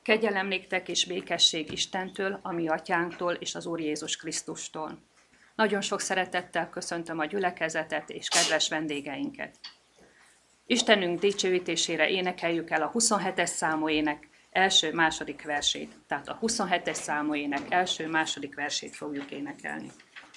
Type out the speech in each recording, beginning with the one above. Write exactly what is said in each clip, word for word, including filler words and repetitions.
Kegyelem néktek és békesség Istentől, a mi atyánktól és az Úr Jézus Krisztustól. Nagyon sok szeretettel köszöntöm a gyülekezetet és kedves vendégeinket. Istenünk dicsőítésére énekeljük el a huszonhetes számú ének első-második versét. Tehát a huszonhetes számú ének első-második versét fogjuk énekelni.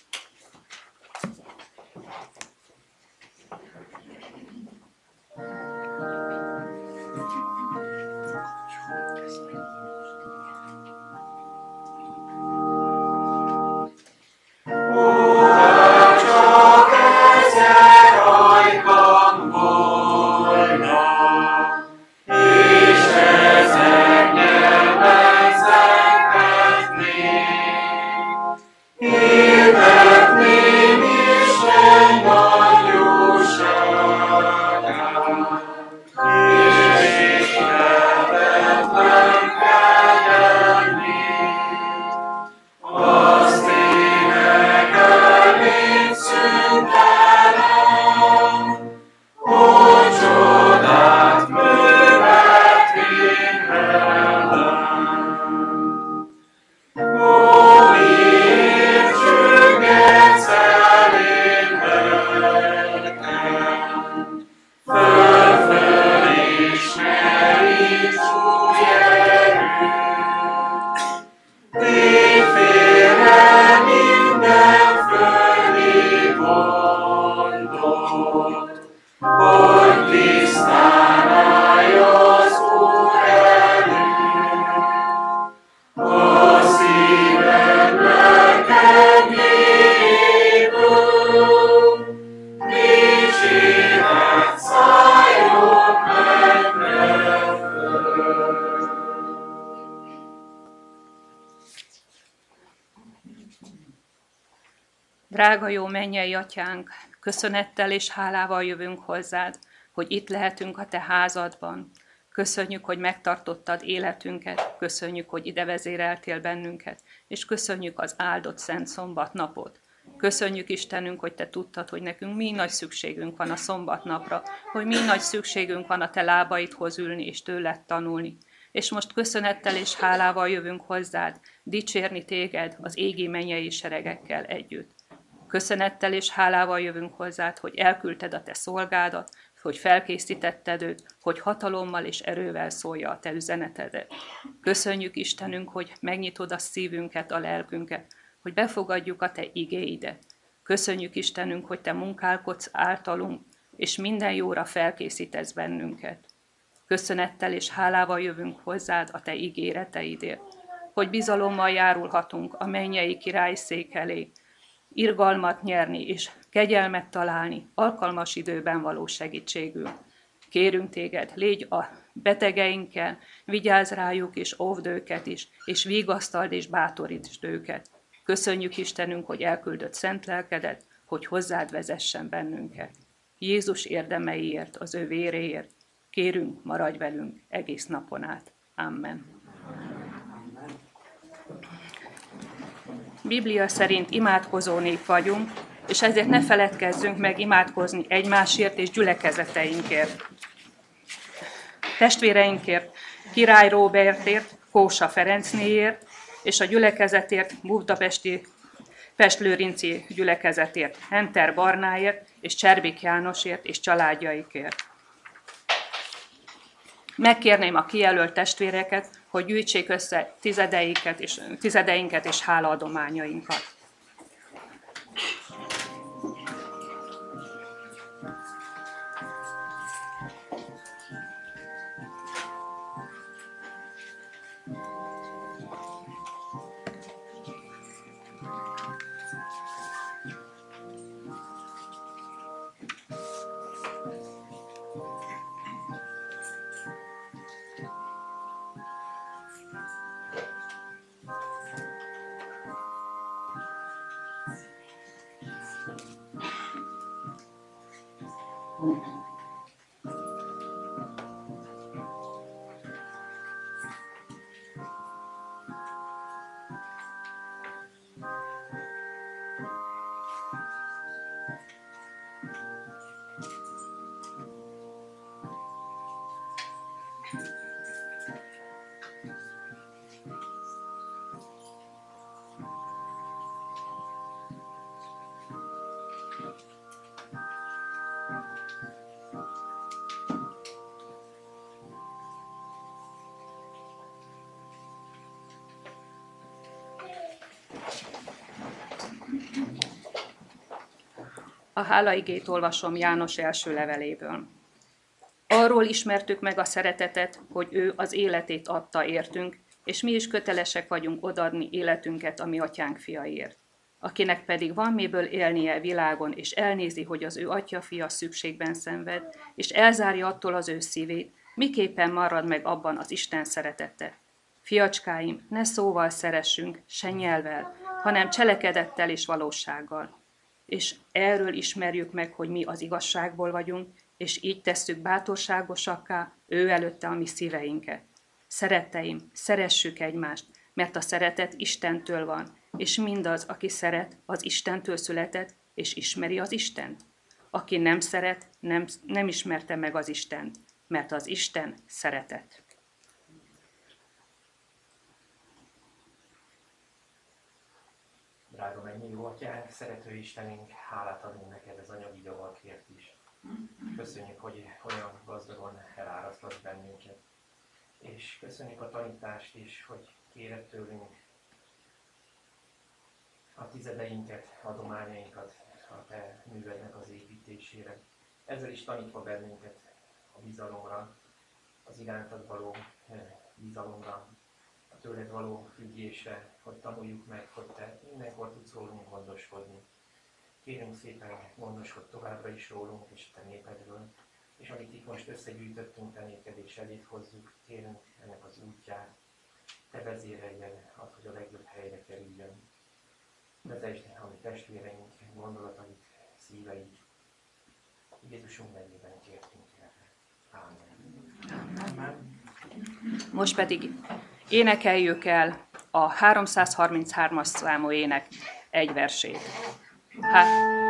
Drága jó mennyei atyánk, köszönettel és hálával jövünk hozzád, hogy itt lehetünk a te házadban. Köszönjük, hogy megtartottad életünket, köszönjük, hogy ide vezéreltél bennünket, és köszönjük az áldott szent szombatnapot. Köszönjük Istenünk, hogy te tudtad, hogy nekünk mi nagy szükségünk van a szombatnapra, hogy mi nagy szükségünk van a te lábaidhoz ülni és tőled tanulni. És most köszönettel és hálával jövünk hozzád, dicsérni téged az égi mennyei seregekkel együtt. Köszönettel és hálával jövünk hozzád, hogy elküldted a te szolgádat, hogy felkészítetted őt, hogy hatalommal és erővel szólja a te üzenetedet. Köszönjük Istenünk, hogy megnyitod a szívünket, a lelkünket, hogy befogadjuk a te igéidet. Köszönjük Istenünk, hogy te munkálkodsz általunk, és minden jóra felkészítesz bennünket. Köszönettel és hálával jövünk hozzád a te ígéreteidért, hogy bizalommal járulhatunk a mennyei király szék elé, irgalmat nyerni és kegyelmet találni alkalmas időben való segítségül. Kérünk téged, légy a betegeinkkel, vigyázz rájuk és óvd őket is, és vigasztald és bátorítsd őket. Köszönjük Istenünk, hogy elküldött szent lelkedet, hogy hozzád vezessen bennünket. Jézus érdemeiért, az ő véréért kérünk, maradj velünk egész napon át. Amen. Biblia szerint imádkozó nép vagyunk, és ezért ne feledkezzünk meg imádkozni egymásért és gyülekezeteinkért. Testvéreinkért, Király Róbertért, Kósa Ferencnéért, és a gyülekezetért, Budapesti Pest-Lőrinci gyülekezetért, Henter Barnáért, és Cserbik Jánosért és családjaikért. Megkérném a kijelölt testvéreket, hogy gyűjtsék össze tizedeinket és, tizedeinket és hálaadományainkat. A hálaigét olvasom János első leveléből. Arról ismertük meg a szeretetet, hogy ő az életét adta értünk, és mi is kötelesek vagyunk odaadni életünket a mi atyánk fiaiért. Akinek pedig van miből élnie világon, és elnézi, hogy az ő atya fia szükségben szenved, és elzárja attól az ő szívét, miképpen marad meg abban az Isten szeretete. Fiacskáim, ne szóval szeressünk, se nyelvvel, hanem cselekedettel és valósággal. És erről ismerjük meg, hogy mi az igazságból vagyunk, és így tesszük bátorságosakká ő előtte a mi szíveinket. Szeretteim, szeressük egymást, mert a szeretet Istentől van, és mindaz, aki szeret, az Istentől született, és ismeri az Istent. Aki nem szeret, nem, nem ismerte meg az Istent, mert az Isten szeretet. Drága mennyei Atyánk, szerető Istenünk, hálát adunk neked az anyagi javakért is. Köszönjük, hogy olyan gazdagon elárasztasz bennünket. És köszönjük a tanítást is, hogy kéred tőlünk a tizedeinket, adományainkat a te művednek az építésére. Ezzel is tanítva bennünket a bizalomra, az irántad való bizalomra, a tőled való függésre, hogy tanuljuk meg, hogy te mindenkor tudsz rólunk gondoskodni. Kérünk szépen, gondoskodj továbbra is rólunk és te népedről, és amit itt most összegyűjtöttünk, te néked és elét hozzuk, kérünk ennek az útját, te vezéreljen az, hogy a legjobb helyre kerüljön. Vezesd a mi testvéreink, gondolatait, szíveit. Jézusunk nevében kértünk erre. Ámen. Ámen. Most pedig énekeljük el a háromszázharminchárom-as számú ének egy versét. Hát...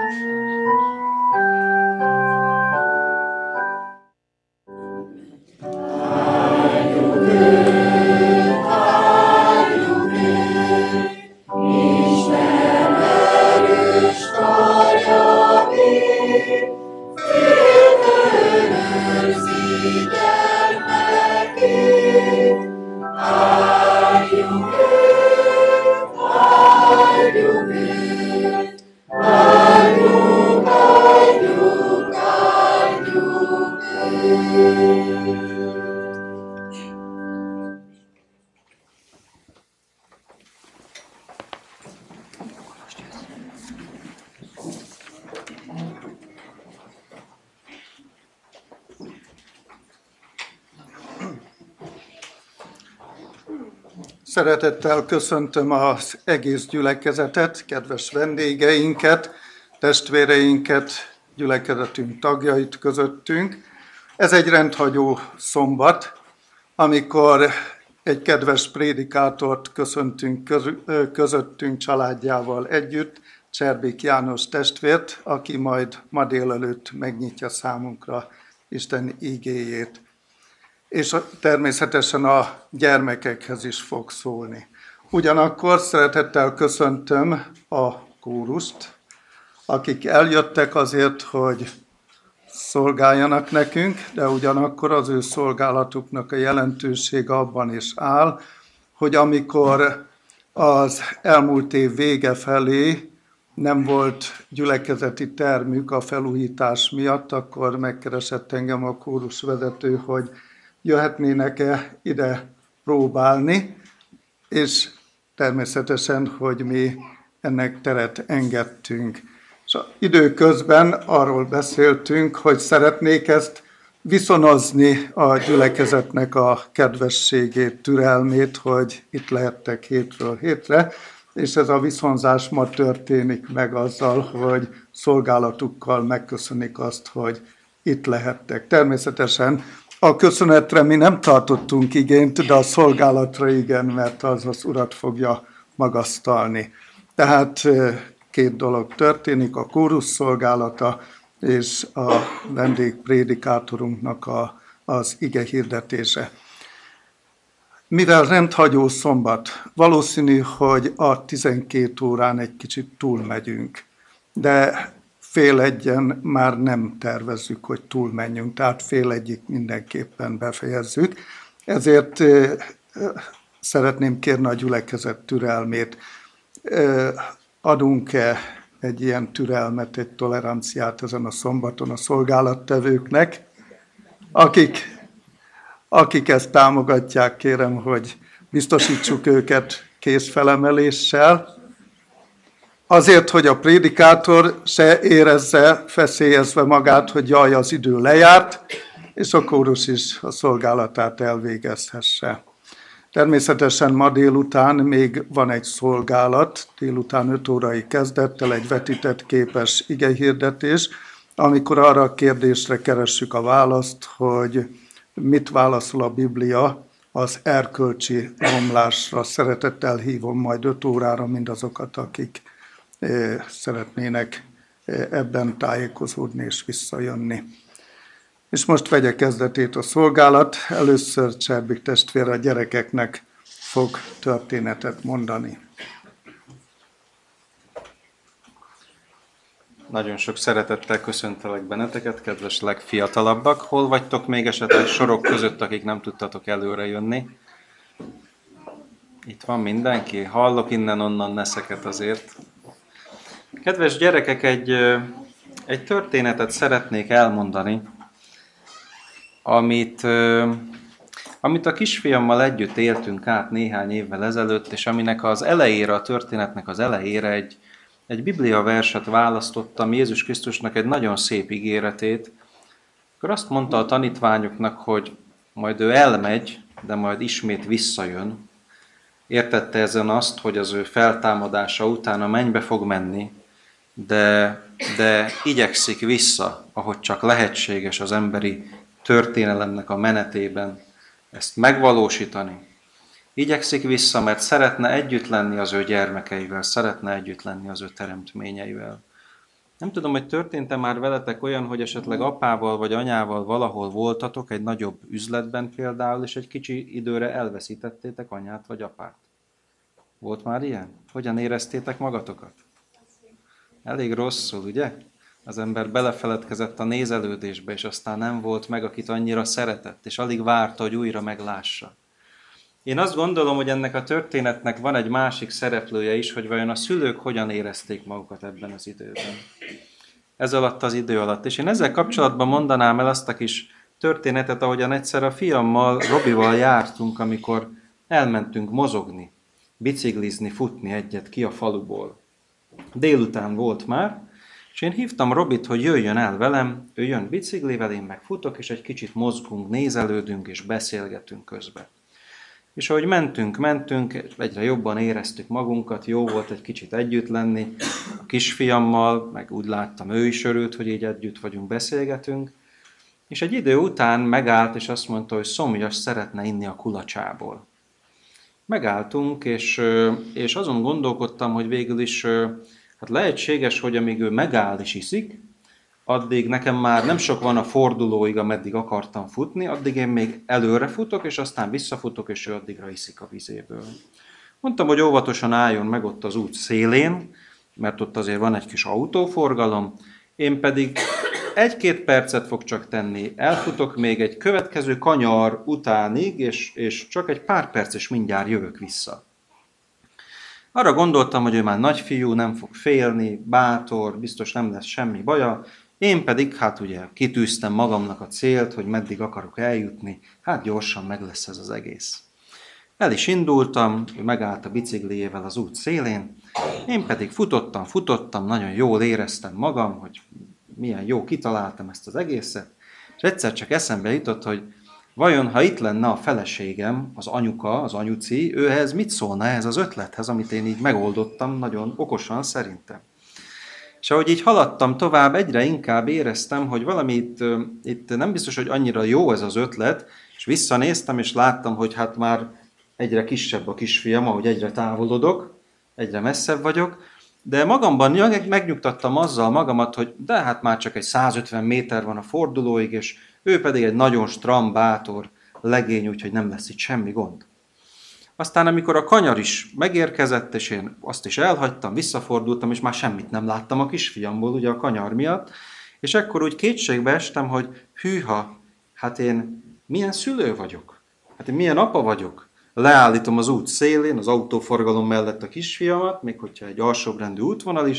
Szeretettel köszöntöm az egész gyülekezetet, kedves vendégeinket, testvéreinket, gyülekezetünk tagjait közöttünk. Ez egy rendhagyó szombat, amikor egy kedves prédikátort köszöntünk közöttünk családjával együtt, Cserbik János testvért, aki majd ma délelőtt megnyitja számunkra Isten igéjét. És természetesen a gyermekekhez is fog szólni. Ugyanakkor szeretettel köszöntöm a kórust, akik eljöttek azért, hogy szolgáljanak nekünk, de ugyanakkor az ő szolgálatuknak a jelentősége abban is áll, hogy amikor az elmúlt év vége felé nem volt gyülekezeti termük a felújítás miatt, akkor megkeresett engem a kórusvezető, hogy jöhetnének-e ide próbálni, és természetesen, hogy mi ennek teret engedtünk. És időközben arról beszéltünk, hogy szeretnék ezt viszonozni a gyülekezetnek a kedvességét, türelmét, hogy itt lehettek hétről hétre, és ez a viszonzás ma történik meg azzal, hogy szolgálatukkal megköszönik azt, hogy itt lehettek. Természetesen a köszönetre mi nem tartottunk igényt, de a szolgálatra igen, mert az az Urat fogja magasztalni. Tehát két dolog történik, a kórus szolgálata és a vendégprédikátorunknak a, az ige hirdetése. Mivel rendhagyó szombat, valószínű, hogy a tizenkét órán egy kicsit túlmegyünk, de fél egyen már nem tervezzük, hogy túlmenjünk, tehát fél egyig mindenképpen befejezzük. Ezért szeretném kérni a gyülekezet türelmét. Adunk-e egy ilyen türelmet, egy toleranciát ezen a szombaton a szolgálattevőknek. Akik, akik ezt támogatják, kérem, hogy biztosítsuk őket kézfelemeléssel, azért, hogy a prédikátor se érezze feszélyezve magát, hogy jaj, az idő lejárt, és a kórus is a szolgálatát elvégezhesse. Természetesen ma délután még van egy szolgálat, délután öt órai kezdettel egy vetített képes igehirdetés, amikor arra a kérdésre keressük a választ, hogy mit válaszol a Biblia az erkölcsi romlásra. Szeretettel hívom majd öt órára mindazokat, akik szeretnének ebben tájékozódni és visszajönni. És most vegye kezdetét a szolgálat. Először Cserbik testvér a gyerekeknek fog történetet mondani. Nagyon sok szeretettel köszöntelek benneteket, kedves legfiatalabbak. Hol vagytok még esetleg sorok között, akik nem tudtatok előre jönni? Itt van mindenki? Hallok innen-onnan neszeket azért. Kedves gyerekek, egy, egy történetet szeretnék elmondani, amit, amit a kisfiammal együtt éltünk át néhány évvel ezelőtt, és aminek az elejére, a történetnek az elejére egy, egy Biblia verset választottam, Jézus Krisztusnak egy nagyon szép ígéretét. Akkor azt mondta a tanítványoknak, hogy majd ő elmegy, de majd ismét visszajön. Értette ezen azt, hogy az ő feltámadása után a mennybe fog menni, de, de igyekszik vissza, ahogy csak lehetséges az emberi történelemnek a menetében ezt megvalósítani. Igyekszik vissza, mert szeretne együtt lenni az ő gyermekeivel, szeretne együtt lenni az ő teremtményeivel. Nem tudom, hogy történt-e már veletek olyan, hogy esetleg apával vagy anyával valahol voltatok, egy nagyobb üzletben például, és egy kicsi időre elveszítettétek anyát vagy apát. Volt már ilyen? Hogyan éreztétek magatokat? Elég rosszul, ugye? Az ember belefeledkezett a nézelődésbe, és aztán nem volt meg, akit annyira szeretett, és alig várta, hogy újra meglássa. Én azt gondolom, hogy ennek a történetnek van egy másik szereplője is, hogy vajon a szülők hogyan érezték magukat ebben az időben. Ez alatt az idő alatt. És én ezzel kapcsolatban mondanám el azt a kis történetet, ahogyan egyszer a fiammal, Robival jártunk, amikor elmentünk mozogni, biciklizni, futni egyet ki a faluból. Délután volt már, és én hívtam Robit, hogy jöjjön el velem, ő jön biciklivel, én meg futok, és egy kicsit mozgunk, nézelődünk és beszélgetünk közben. És ahogy mentünk, mentünk, egyre jobban éreztük magunkat, jó volt egy kicsit együtt lenni a kisfiammal, meg úgy láttam, ő is örült, hogy így együtt vagyunk, beszélgetünk. És egy idő után megállt, és azt mondta, hogy szomjas, szeretne inni a kulacsából. Megálltunk, és, és azon gondolkodtam, hogy végül is hát lehetséges, hogy amíg ő megáll és iszik, addig nekem már nem sok van a fordulóig, ameddig akartam futni, addig én még előre futok, és aztán visszafutok, és ő addigra iszik a vizéből. Mondtam, hogy óvatosan álljon meg ott az út szélén, mert ott azért van egy kis autóforgalom, én pedig egy-két percet fog csak tenni, elfutok még egy következő kanyar utánig, és, és csak egy pár perc, és mindjárt jövök vissza. Arra gondoltam, hogy ő már nagyfiú, nem fog félni, bátor, biztos nem lesz semmi baja, én pedig, hát ugye kitűztem magamnak a célt, hogy meddig akarok eljutni, hát gyorsan meg lesz ez az egész. El is indultam, ő megállt a bicikliével az út szélén, én pedig futottam, futottam, nagyon jól éreztem magam, hogy milyen jó kitaláltam ezt az egészet, és egyszer csak eszembe jutott, hogy vajon, ha itt lenne a feleségem, az anyuka, az anyuci, ő ehhez mit szólna ehhez az ötlethez, amit én így megoldottam nagyon okosan szerintem. És ahogy így haladtam tovább, egyre inkább éreztem, hogy valamit itt nem biztos, hogy annyira jó ez az ötlet, és visszanéztem, és láttam, hogy hát már egyre kisebb a kisfiam, ahogy egyre távolodok, egyre messzebb vagyok, de magamban megnyugtattam azzal magamat, hogy de hát már csak egy százötven méter van a fordulóig, és ő pedig egy nagyon stram, bátor legény, úgyhogy nem lesz itt semmi gond. Aztán amikor a kanyar is megérkezett, és én azt is elhagytam, visszafordultam, és már semmit nem láttam a kisfiamból, ugye a kanyar miatt, és ekkor úgy kétségbe estem, hogy hűha, hát én milyen szülő vagyok? Hát én milyen apa vagyok? Leállítom az út szélén, az autóforgalom mellett a kisfiamat, még hogyha egy alsóbbrendű útvonal is,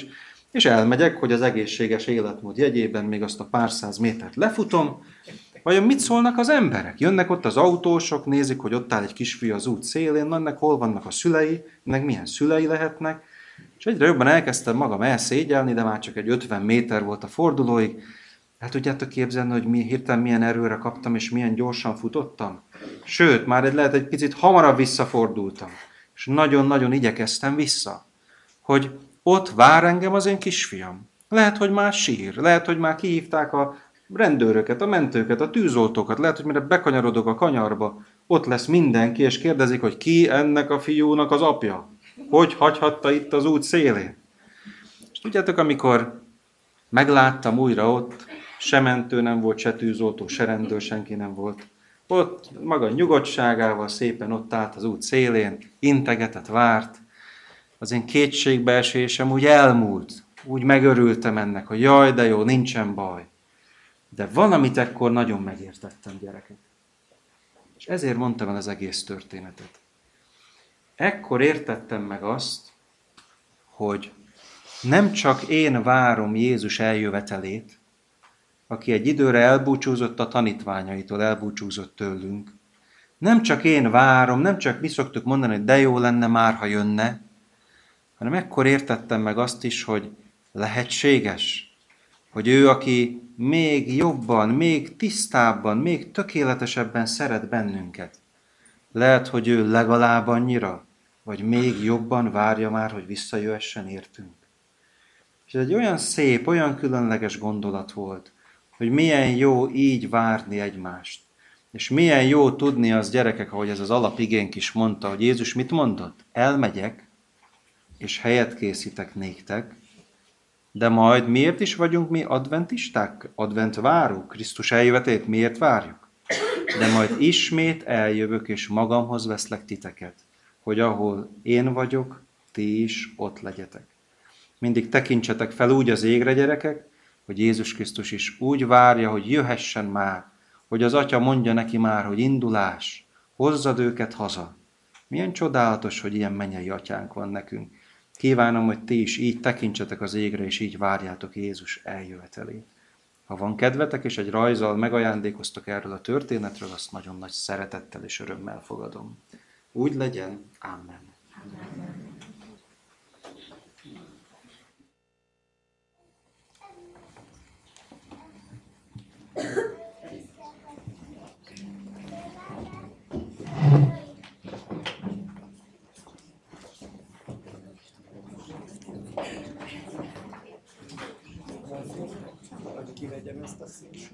és elmegyek, hogy az egészséges életmód jegyében még azt a pár száz métert lefutom. Vajon mit szólnak az emberek? Jönnek ott az autósok, nézik, hogy ott áll egy kisfiú az út szélén, ennek hol vannak a szülei, ennek milyen szülei lehetnek. És egyre jobban elkezdtem magam elszégyelni, de már csak egy ötven méter volt a fordulóig. Hát tudjátok képzelni, hogy mi, hirtelen milyen erőre kaptam, és milyen gyorsan futottam? Sőt, már egy, lehet egy picit hamarabb visszafordultam. És nagyon-nagyon igyekeztem vissza, hogy ott vár engem az én kisfiam. Lehet, hogy már sír, lehet, hogy már kihívták a rendőröket, a mentőket, a tűzoltókat, lehet, hogy mire bekanyarodok a kanyarba, ott lesz mindenki, és kérdezik, hogy ki ennek a fiúnak az apja. Hogy hagyhatta itt az út szélén? És tudjátok, amikor megláttam újra ott, se mentő nem volt, se tűzoltó, se rendőr, senki nem volt. Ott maga nyugodtságával szépen ott állt az út szélén, integetett, várt. Az én kétségbeesésem úgy elmúlt. Úgy megörültem ennek, hogy jaj, de jó, nincsen baj. De valamit ekkor nagyon megértettem, gyerekek. És ezért mondtam el az egész történetet. Ekkor értettem meg azt, hogy nem csak én várom Jézus eljövetelét, aki egy időre elbúcsúzott a tanítványaitól, elbúcsúzott tőlünk. Nem csak én várom, nem csak mi szoktuk mondani, hogy de jó lenne már, ha jönne, hanem ekkor értettem meg azt is, hogy lehetséges, hogy ő, aki még jobban, még tisztábban, még tökéletesebben szeret bennünket. Lehet, hogy ő legalább annyira, vagy még jobban várja már, hogy visszajöhessen értünk. És ez egy olyan szép, olyan különleges gondolat volt, hogy milyen jó így várni egymást. És milyen jó tudni az gyerekek, ahogy ez az alapigénk is mondta, hogy Jézus mit mondott? Elmegyek, és helyet készítek néktek, de majd miért is vagyunk mi adventisták? Advent váró, Krisztus eljövetét miért várjuk? De majd ismét eljövök, és magamhoz veszlek titeket, hogy ahol én vagyok, ti is ott legyetek. Mindig tekintsetek fel úgy az égre, gyerekek, hogy Jézus Krisztus is úgy várja, hogy jöhessen már, hogy az Atya mondja neki már, hogy indulás, hozzad őket haza. Milyen csodálatos, hogy ilyen mennyei atyánk van nekünk. Kívánom, hogy ti is így tekintsetek az égre, és így várjátok Jézus eljövetelét. Ha van kedvetek, és egy rajzzal megajándékoztok erről a történetről, azt nagyon nagy szeretettel és örömmel fogadom. Úgy legyen. Amen. Kivegyem ezt a színsort.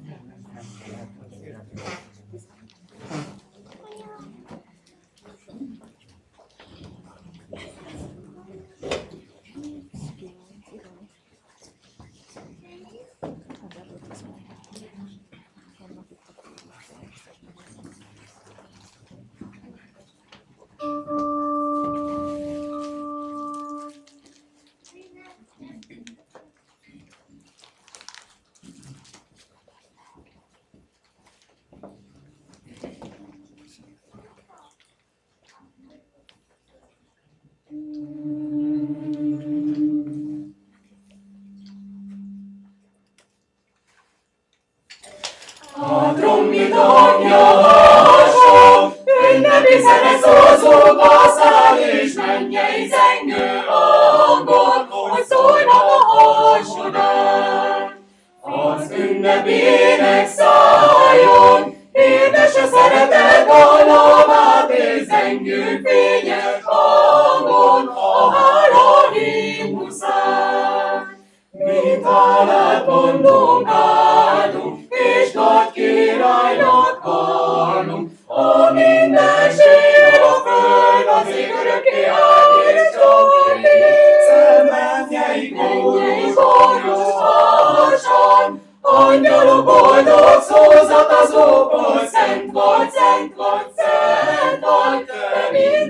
A trombita nyomások, ünnepi zene szózó baszál, és mennyei zengő angol, hogy szólnak a harsonán. Az ünnepi ének szálljon, édes a szeretet dallamát, és zengő fényes hangon a hála himnuszán. Mi hálát mondunk, áldunk, és nagy királynak vallunk, a mindenség a föld, az ég örökké áld és csók, mennyei kórus harsan, angyalok boldog szózatazók, hogy szent vagy, szent vagy, szent vagy, te mind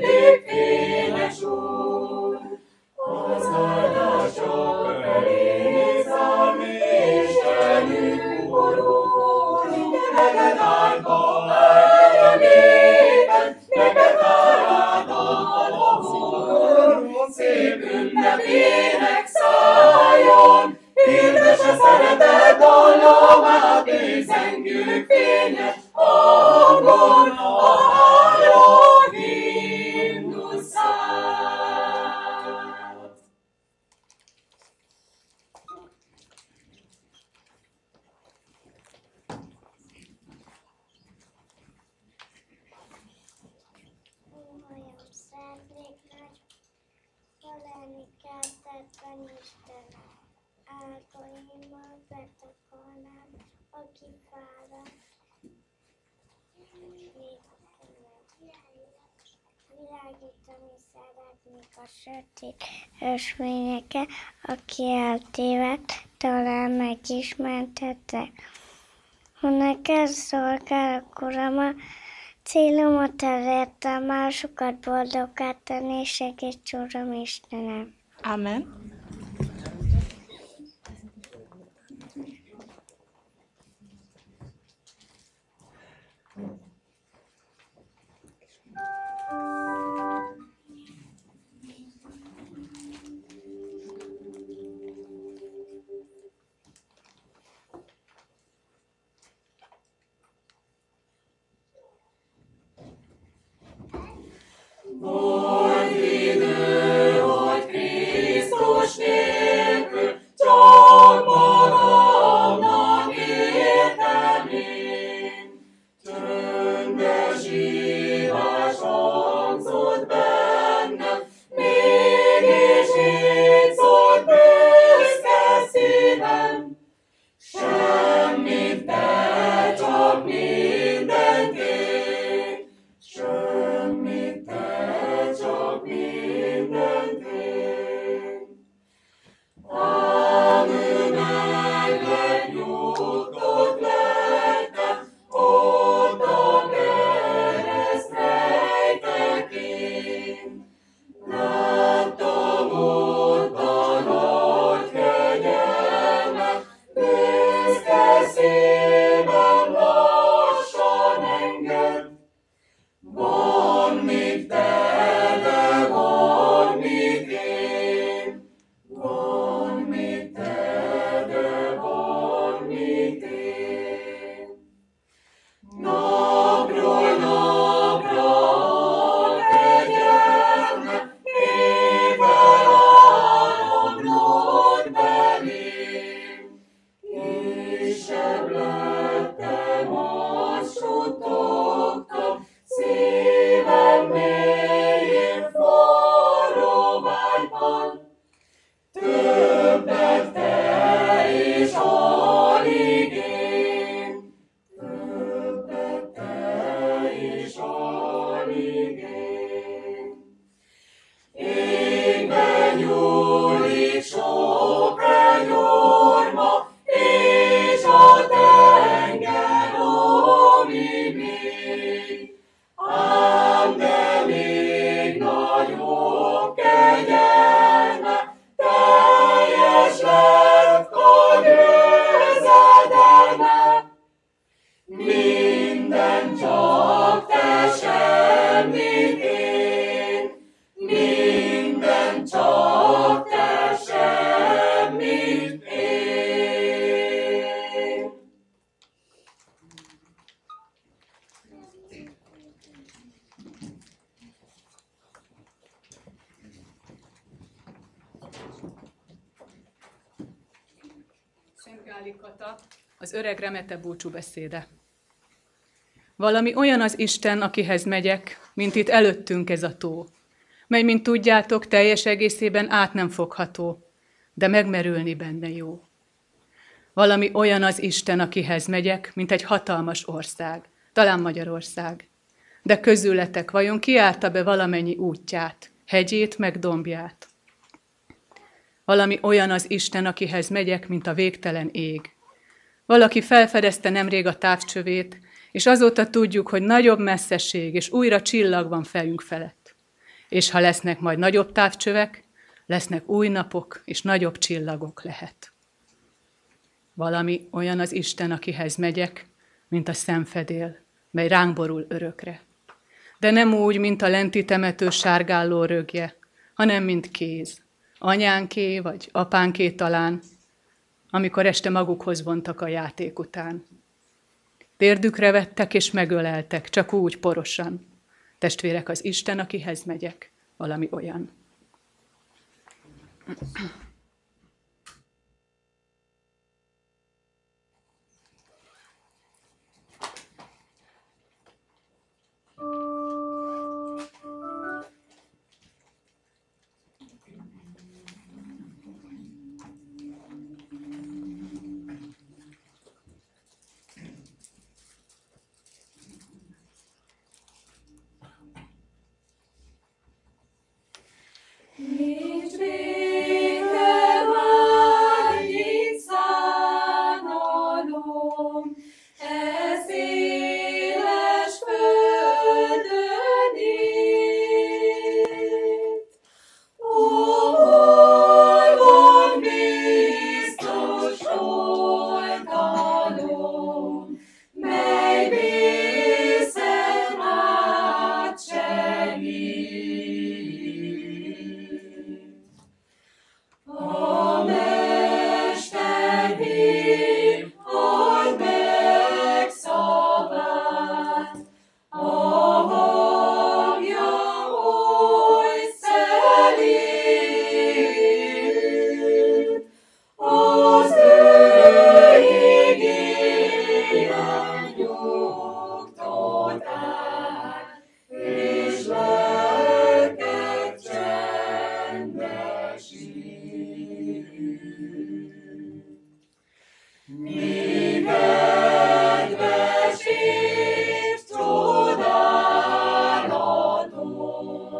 Isteni kertetben Istenem. Áltaimmal betakarnám, aki fáradt. Világítani szeretnék a sötét ösvényeken, aki eltévedt, talán meg is menthetek. Ha neked szolgálok, Uram, a célomat elértem, másokat boldoggá tenni, segíts, Uram Istenem. Amen. Volt idő, hogy Krisztus nélkül csak magamnak éltem én. Csöndes ívás hangzott bennem, mégis így szólt büszke szívem. Semmit te, csak mindent én. Semmit te, csak mindent én. Amű meglett, nyugodott lettem, ott a kereszt rejtek én. Láttam ott a nagy kegyelmet, büszke szívem lassan enged. Van mit te, de van mit én. Van mit te, de van mit én. Napról napra a kegyelme ével áramlott belém. Kisebb lettem, azt suttogtam, szívem mélyén forró vágyban. Többet te és alig én. Többet te és alig én. Égben nyúlik sok enyorma, és a tenger ómi még. Ám de még nagyobb kegyelme, teljes lett a győzedelme. Minden csak te, semmit én. Minden csak te, semmit én. Szent Gáli Kata, az öreg remete búcsúbeszéde. Valami olyan az Isten, akihez megyek, mint itt előttünk ez a tó, mely, mint tudjátok, teljes egészében át nem fogható, de megmerülni benne jó. Valami olyan az Isten, akihez megyek, mint egy hatalmas ország, talán Magyarország, de közületek vajon kijárta be valamennyi útját, hegyét meg dombját. Valami olyan az Isten, akihez megyek, mint a végtelen ég. Valaki felfedezte nemrég a távcsövét, és azóta tudjuk, hogy nagyobb messzesség és újra csillag van fejünk felett. És ha lesznek majd nagyobb távcsövek, lesznek új napok és nagyobb csillagok lehet. Valami olyan az Isten, akihez megyek, mint a szemfedél, mely ránk borul örökre. De nem úgy, mint a lenti temető sárgálló rögje, hanem mint kéz. Anyánké vagy apánké talán, amikor este magukhoz vontak a játék után. Térdükre vettek és megöleltek, csak úgy porosan. Testvérek, az Isten, akihez megyek, valami olyan.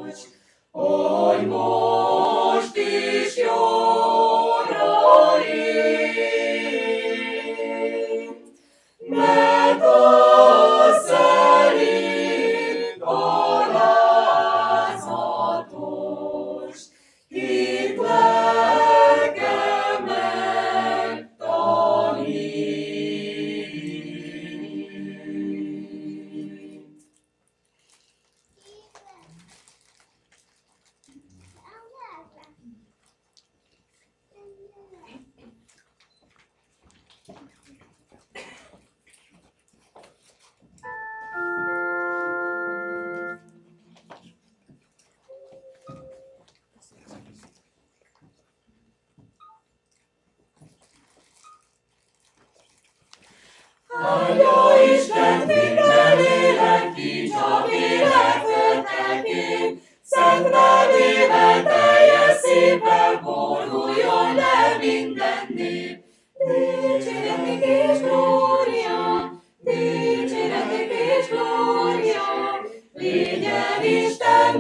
hogy most is jóra int, mert az szerint alázatos, itt lelke megtanít. Áldja Isten minden lélek, ki csak élek földtekén, szent nevével teljes szívvel boruljon le minden nép. Dicséretek és glória, dicséretek és glória, legyen Isten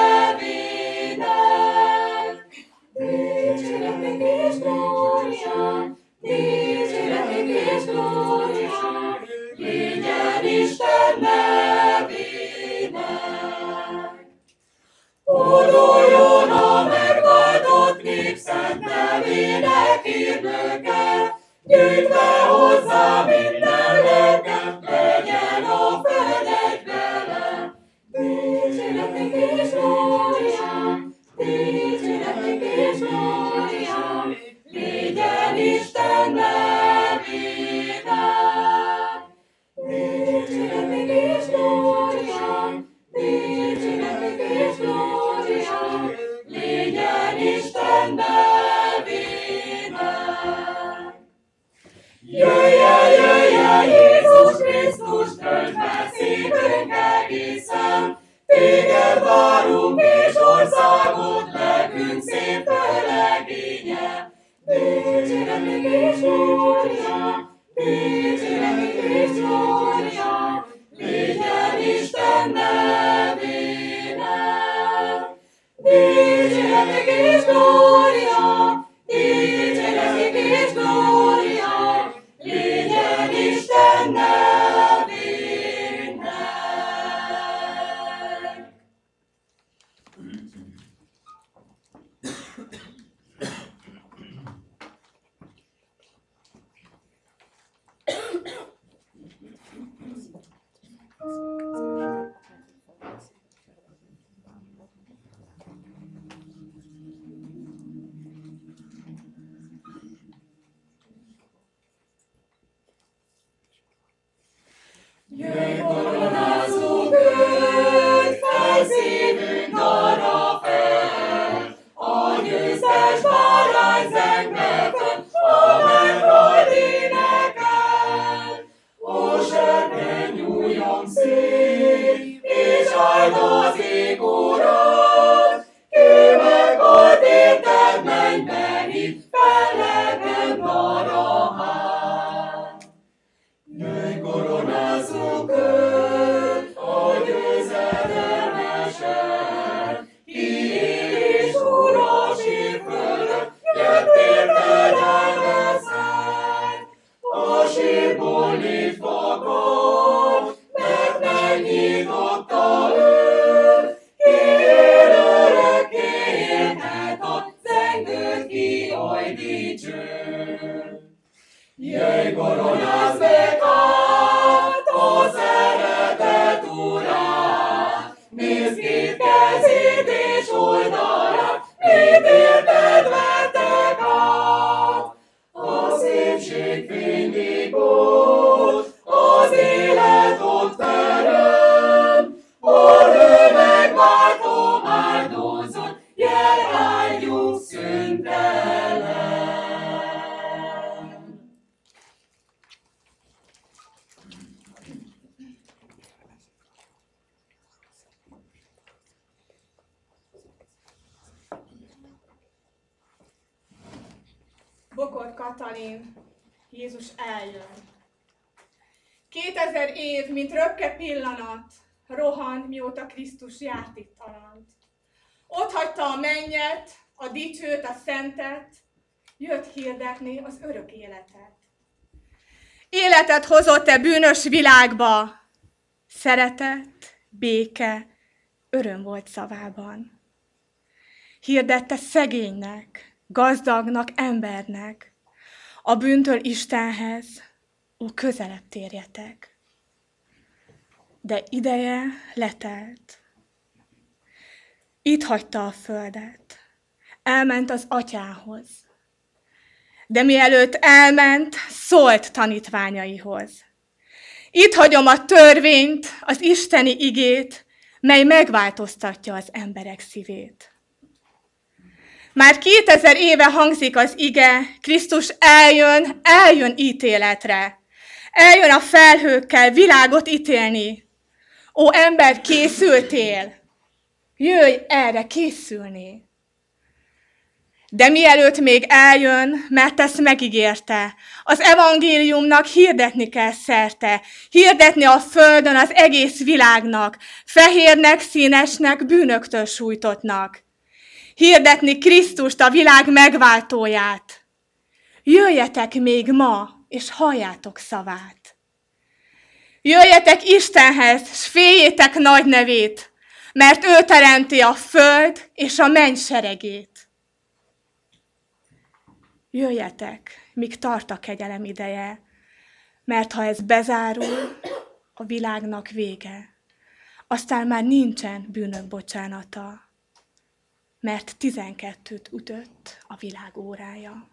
nevének. Dicséretek és glória, dicséretek és glória, legyen Isten nevének. Hódoljon a megváltott nép szent nevének hírnöke, gyűjtve hozzá minden lelket, legyen a föld egy vele. Dicséretek és glória, dicséretek és glória, legyen Isten nevének. Dicséretek és glória, dicséretek és glória, legyen Isten nevének. Jöjjel, jöjjel, Jézus Krisztus, tölt fel szívünk egészen, téged várunk és országot nekünk szép földlegénye. Dicséretek és glória, dicséretek és glória, legyen Isten nevének. Dicséretek és glória, dicséretek és glória, legyen Isten nevének. Jöjj, koronázunk őt, felszívünk arra fel, a győztes bárány zengve föl, a meghold énekel. Ó, serken nyújjon szét, és áld az ég Urat, ki meghalt érted mennyben itt, fellegend arra hát. Jöjj, koronázzuk őt, a győzedelmesen, ki él és urasít földön, jött érted elveszett. A sírból nyit fakad, mert megnyitotta ő, ki él örökké élhet, a zengőt ki oly dicső. Jöjj, koronázd meg át a szeretet Urát, nézd két kezét és oldalát, mit érted vettek át. A szépség fényvikot, az élet ott terem, hol ő megváltom áldozott, jel áldjuk szüntelen. Bokor Katalin, Jézus eljön. Kétezer év, mint röpke pillanat, rohan, mióta Krisztus járt itt alant. Ott hagyta a mennyet, a dicsőt, a szentet, jött hirdetni az örök életet. Életet hozott-e bűnös világba? Szeretet, béke, öröm volt szavában. Hirdette szegénynek, gazdagnak, embernek, a bűntől Istenhez, ó, közelebb térjetek. De ideje letelt. Itt hagyta a földet. Elment az atyához. De mielőtt elment, szólt tanítványaihoz. Itt hagyom a törvényt, az isteni igét, mely megváltoztatja az emberek szívét. Már kétezer éve hangzik az ige, Krisztus eljön, eljön ítéletre. Eljön a felhőkkel világot ítélni. Ó, ember, készültél? Jöjj erre készülni. De mielőtt még eljön, mert ezt megígérte, az evangéliumnak hirdetni kell szerte, hirdetni a földön az egész világnak, fehérnek, színesnek, bűnöktől sújtottnak. Hirdetni Krisztust, a világ megváltóját. Jöjjetek még ma, és halljátok szavát. Jöjjetek Istenhez, s féljétek nagy nevét, mert ő teremti a föld és a menny seregét. Jöjjetek, míg tart a kegyelem ideje, mert ha ez bezárul, a világnak vége. Aztán már nincsen bűnök bocsánata, mert tizenkettőt ütött a világ órája.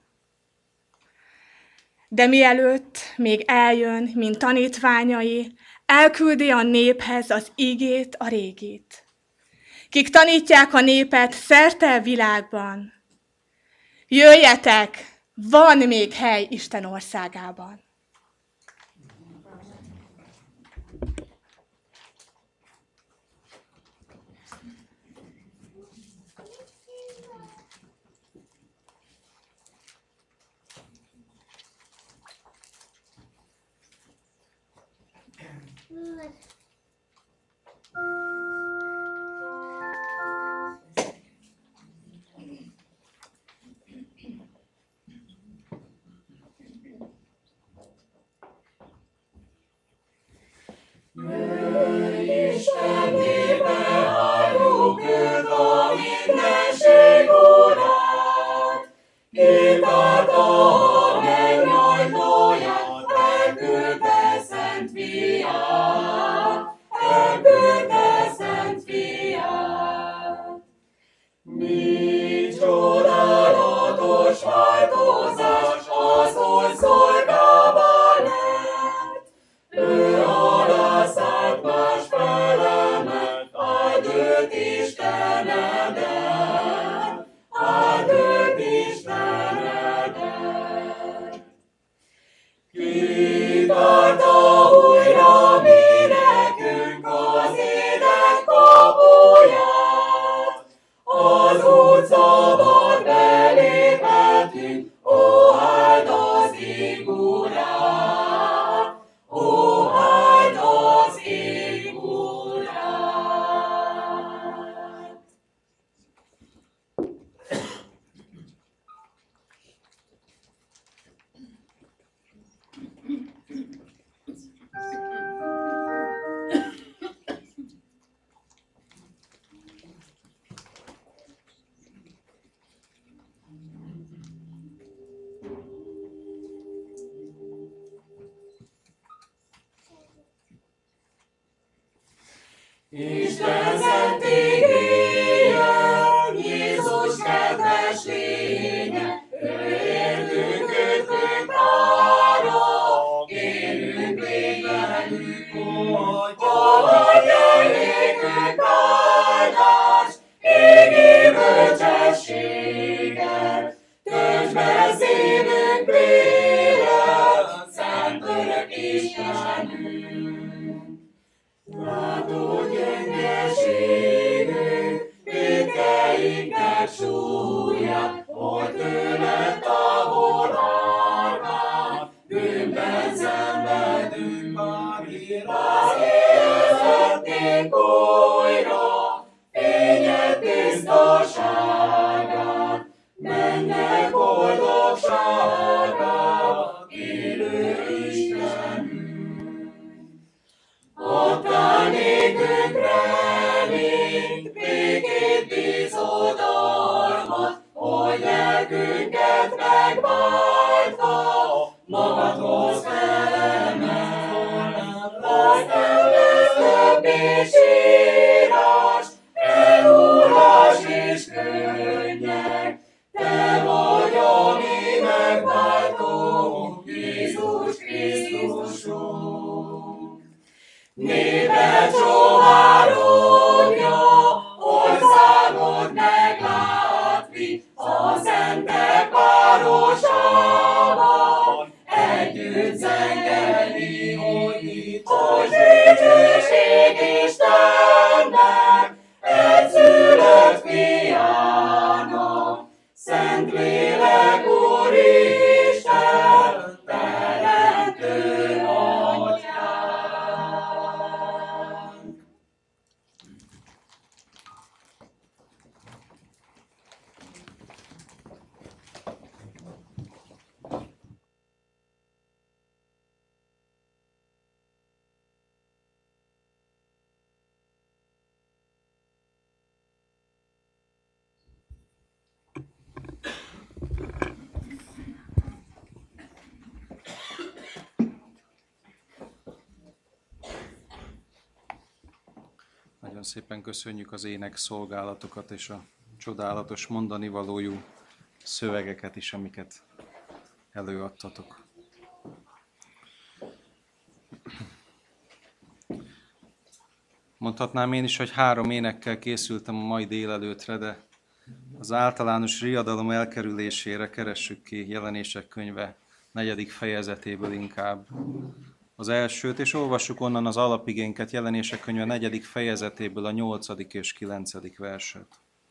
De mielőtt még eljön, mint tanítványai, elküldi a néphez az igét, a régit. Kik tanítják a népet szerte a világban. Jöjjetek, van még hely Isten országában. Isten népe, halljuk őt, a mindenség urát, kitartta a menny ajtóját, elküldte szent fiát, elküldte szent fiát. Mi csodálatos változás az új szolgában lett, ő alá szállt más felemet, áld őt Istenedet, áld őt Istenedet. Kitartta újra mi nekünk az élet kapuját, az út szabad beléphetünk, ó, áld az ég urát, ó, áld az ég urát. Isten szent igéje, Jézus kedves lénye, ő értünk kötünk ára, kérünk légy velünk, hogy fogadjál nékünk áldást, égi bölcsességet, töltsd be szívünk lélek, szent örök Istenünk. Látod gyengeségünk, vétkeinknek súlyát, hol tőled távol áll már, bűnben szenvedünk már érezni, érezni újra, fényed tiszta bízódalmat, hogy lelkünket megváltva, magadhoz felemel, hogy nem lesz többé sírás, elhullás és könnyek. Te vagy a mi megváltónk, Jézus Krisztusunk. Néped sovárogja, országot meglátni, a szentek városában együtt zengeni, hogy hogy dicsőség Istennek, egyszülött fiának, Szentlélek Úristen, teremtő atyánk. Nagyon szépen köszönjük az ének szolgálatokat és a csodálatos mondanivalójú szövegeket is, amiket előadtatok. Mondhatnám én is, hogy három énekkel készültem a mai délelőtre, de az általános riadalom elkerülésére keressük ki Jelenések könyve negyedik fejezetéből inkább az elsőt, és olvassuk onnan az alapigénket, Jelenések könyve negyedik fejezetéből a nyolcadik és kilencedik verset.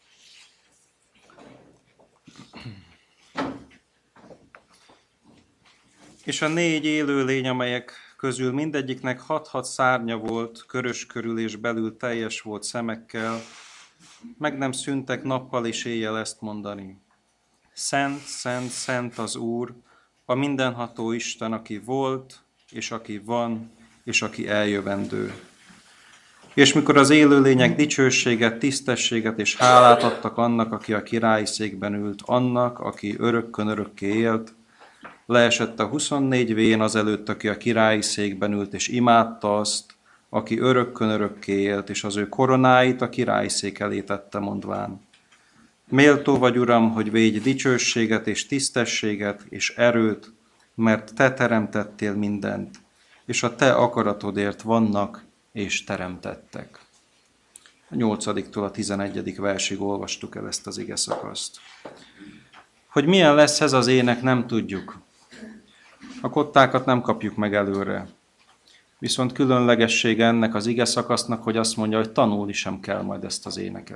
És a négy élőlény, amelyek közül mindegyiknek hat-hat szárnya volt, körös körül és belül teljes volt szemekkel, meg nem szűntek nappal és éjjel ezt mondani. Szent, szent, szent az Úr, a mindenható Isten, aki volt, és aki van, és aki eljövendő. És mikor az élőlények dicsőséget, tisztességet és hálát adtak annak, aki a királyi székben ült, annak, aki örökkön örökké élt, leesett a huszonnégy vén azelőtt, aki a királyi székben ült, és imádta azt, aki örökkön örökké élt, és az ő koronáit a királyi szék elé tette, mondván: méltó vagy, Uram, hogy védj dicsőséget és tisztességet és erőt, mert te teremtettél mindent, és a te akaratodért vannak és teremtettek. A nyolcadiktól a tizenegyedik versig olvastuk el ezt az ige szakaszt. Hogy milyen lesz ez az ének, nem tudjuk. A kottákat nem kapjuk meg előre. Viszont különlegessége ennek az ige szakasznak, hogy azt mondja, hogy tanulni sem kell majd ezt az éneket.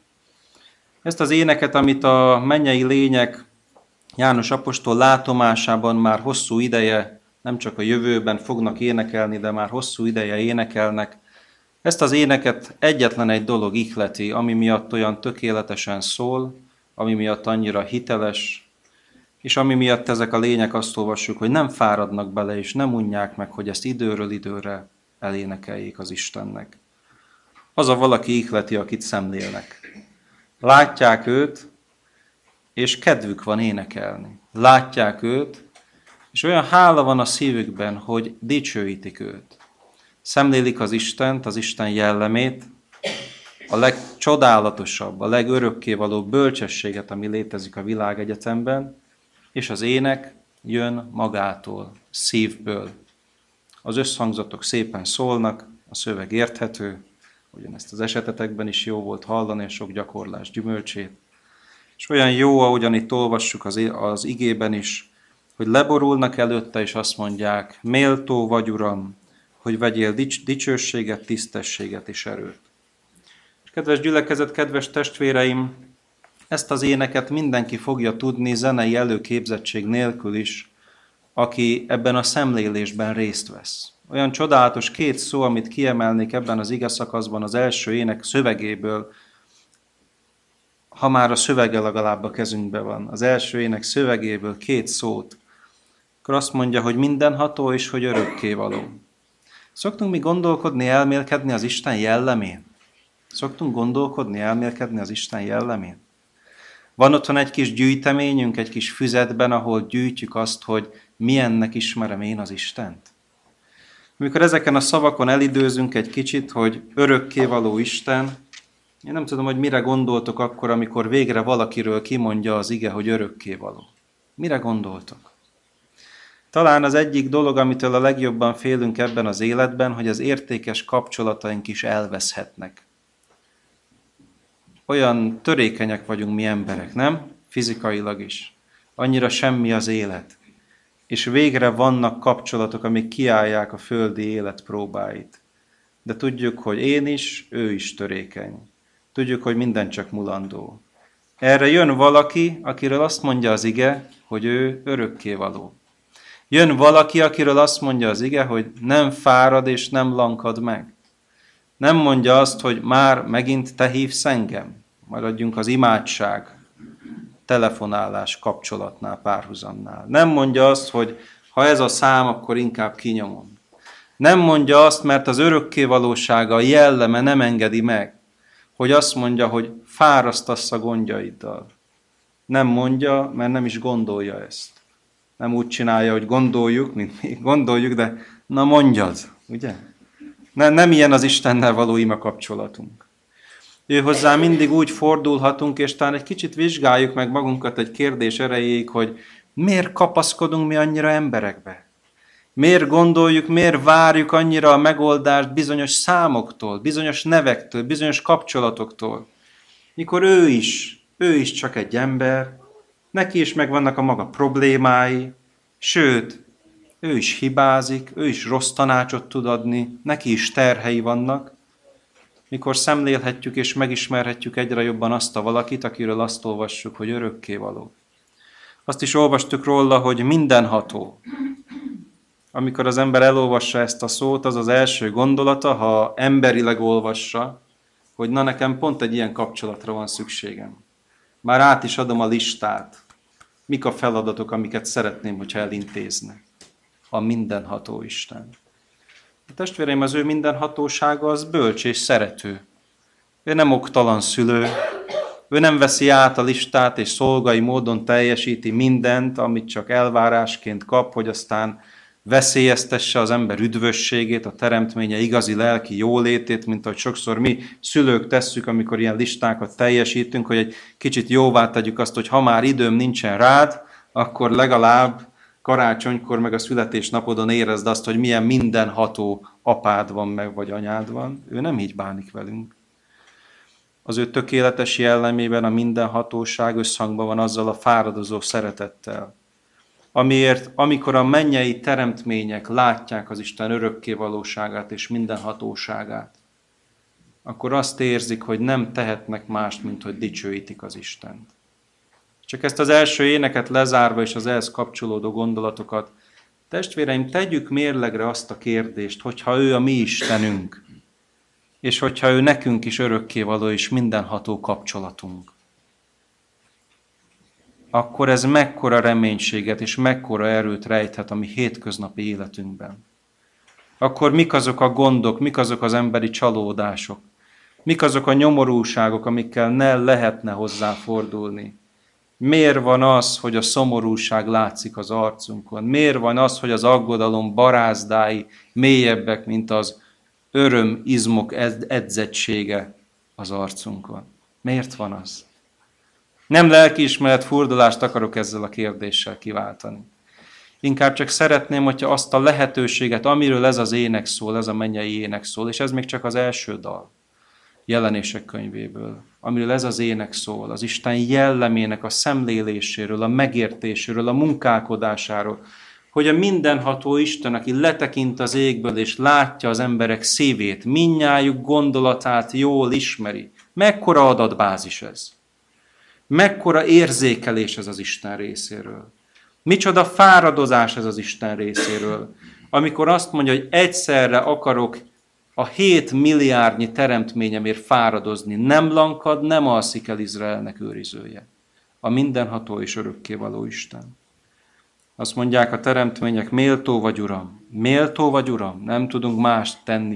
Ezt az éneket, amit a mennyei lények János apostol látomásában már hosszú ideje, nem csak a jövőben fognak énekelni, de már hosszú ideje énekelnek, ezt az éneket egyetlen egy dolog ihleti, ami miatt olyan tökéletesen szól, ami miatt annyira hiteles, és ami miatt ezek a lények azt olvassuk, hogy nem fáradnak bele, és nem unják meg, hogy ezt időről időre elénekeljék az Istennek. Az a valaki ihleti, akit szemlélnek. Látják őt, és kedvük van énekelni. Látják őt, és olyan hála van a szívükben, hogy dicsőítik őt. Szemlélik az Istent, az Isten jellemét, a legcsodálatosabb, a legörökkévaló bölcsességet, ami létezik a világegyetemben, és az ének jön magától, szívből. Az összhangzatok szépen szólnak, a szöveg érthető, ugyanezt az esetetekben is jó volt hallani a sok gyakorlás gyümölcsét. És olyan jó, ahogyan itt olvassuk az, az igében is, hogy leborulnak előtte, és azt mondják: méltó vagy, Uram, hogy vegyél dics- dicsőséget, tisztességet és erőt. És kedves gyülekezet, kedves testvéreim, ezt az éneket mindenki fogja tudni zenei előképzettség nélkül is, aki ebben a szemlélésben részt vesz. Olyan csodálatos két szó, amit kiemelnék ebben az ige szakaszban az első ének szövegéből, ha már a szövege legalább a kezünkben van, az első ének szövegéből két szót, akkor azt mondja, hogy mindenható és hogy örökkévaló. Szoktunk mi gondolkodni, elmélkedni az Isten jellemén? Szoktunk gondolkodni, elmélkedni az Isten jellemén? Van otthon egy kis gyűjteményünk, egy kis füzetben, ahol gyűjtjük azt, hogy milyennek ismerem én az Istent? Amikor ezeken a szavakon elidőzünk egy kicsit, hogy örökkévaló Isten, én nem tudom, hogy mire gondoltok akkor, amikor végre valakiről kimondja az ige, hogy örökkévaló. Mire gondoltok? Talán az egyik dolog, amitől a legjobban félünk ebben az életben, hogy az értékes kapcsolataink is elveszhetnek. Olyan törékenyek vagyunk mi emberek, nem? Fizikailag is. Annyira semmi az élet. És végre vannak kapcsolatok, amik kiállják a földi élet próbáit. De tudjuk, hogy én is, ő is törékeny. Tudjuk, hogy minden csak mulandó. Erre jön valaki, akiről azt mondja az ige, hogy ő örökkévaló. Jön valaki, akiről azt mondja az ige, hogy nem fárad és nem lankad meg. Nem mondja azt, hogy már megint te hívsz engem. Maradjunk az imádság, telefonálás kapcsolatnál, párhuzamnál. Nem mondja azt, hogy ha ez a szám, akkor inkább kinyomom. Nem mondja azt, mert az örökkévalósága, a jelleme nem engedi meg, hogy azt mondja, hogy fárasztasz a gondjaiddal. Nem mondja, mert nem is gondolja ezt. Nem úgy csinálja, hogy gondoljuk, mint mi gondoljuk, de na mondjad, ugye? Nem, nem ilyen az Istennel való ima kapcsolatunk. Ő hozzá mindig úgy fordulhatunk, és talán egy kicsit vizsgáljuk meg magunkat egy kérdés erejéig, hogy miért kapaszkodunk mi annyira emberekbe? Miért gondoljuk, miért várjuk annyira a megoldást bizonyos számoktól, bizonyos nevektől, bizonyos kapcsolatoktól? Mikor ő is, ő is csak egy ember, neki is megvannak a maga problémái, sőt, ő is hibázik, ő is rossz tanácsot tud adni, neki is terhei vannak. Mikor szemlélhetjük és megismerhetjük egyre jobban azt a valakit, akiről azt olvassuk, hogy örökkévaló. Azt is olvastuk róla, hogy mindenható. Amikor az ember elolvassa ezt a szót, az az első gondolata, ha emberileg olvassa, hogy na nekem pont egy ilyen kapcsolatra van szükségem. Már át is adom a listát. Mik a feladatok, amiket szeretném, hogyha elintézne. A mindenható Isten. A testvéreim, az ő mindenhatósága az bölcs és szerető. Ő nem oktalan szülő, ő nem veszi át a listát és szolgai módon teljesíti mindent, amit csak elvárásként kap, hogy aztán veszélyeztesse az ember üdvösségét, a teremtménye igazi lelki jólétét, mint ahogy sokszor mi szülők tesszük, amikor ilyen listákat teljesítünk, hogy egy kicsit jóvá tegyük azt, hogy ha már időm nincsen rád, akkor legalább karácsonykor meg a születésnapodon érezd azt, hogy milyen mindenható apád van meg, vagy anyád van. Ő nem így bánik velünk. Az ő tökéletes jellemében a mindenhatóság összhangban van azzal a fáradozó szeretettel, amiért, amikor a mennyei teremtmények látják az Isten örökkévalóságát és mindenhatóságát, akkor azt érzik, hogy nem tehetnek mást, mint hogy dicsőítik az Istent. Csak ezt az első éneket lezárva és az ehhez kapcsolódó gondolatokat, testvéreim, tegyük mérlegre azt a kérdést, hogyha ő a mi Istenünk, és hogyha ő nekünk is örökkévaló és mindenható kapcsolatunk, akkor ez mekkora reménységet és mekkora erőt rejthet a mi hétköznapi életünkben. Akkor mik azok a gondok, mik azok az emberi csalódások, mik azok a nyomorúságok, amikkel ne lehetne hozzá fordulni. Miért van az, hogy a szomorúság látszik az arcunkon? Miért van az, hogy az aggodalom barázdái mélyebbek, mint az öröm izmok edzettsége az arcunkon? Miért van az? Nem lelkiismeret furdalást akarok ezzel a kérdéssel kiváltani. Inkább csak szeretném, hogyha azt a lehetőséget, amiről ez az ének szól, ez a mennyei ének szól, és ez még csak az első dal Jelenések könyvéből, amiről ez az ének szól, az Isten jellemének a szemléléséről, a megértéséről, a munkálkodásáról, hogy a mindenható Isten, aki letekint az égből és látja az emberek szívét, mindnyájuk gondolatát jól ismeri. Mekkora adatbázis ez? Mekkora érzékelés ez az Isten részéről? Micsoda fáradozás ez az Isten részéről, amikor azt mondja, hogy egyszerre akarok a hét milliárdnyi teremtményemért fáradozni. Nem lankad, nem alszik el Izraelnek őrizője. A mindenható és örökkévaló Isten. Azt mondják a teremtmények, méltó vagy, Uram, méltó vagy, Uram, nem tudunk mást tenni,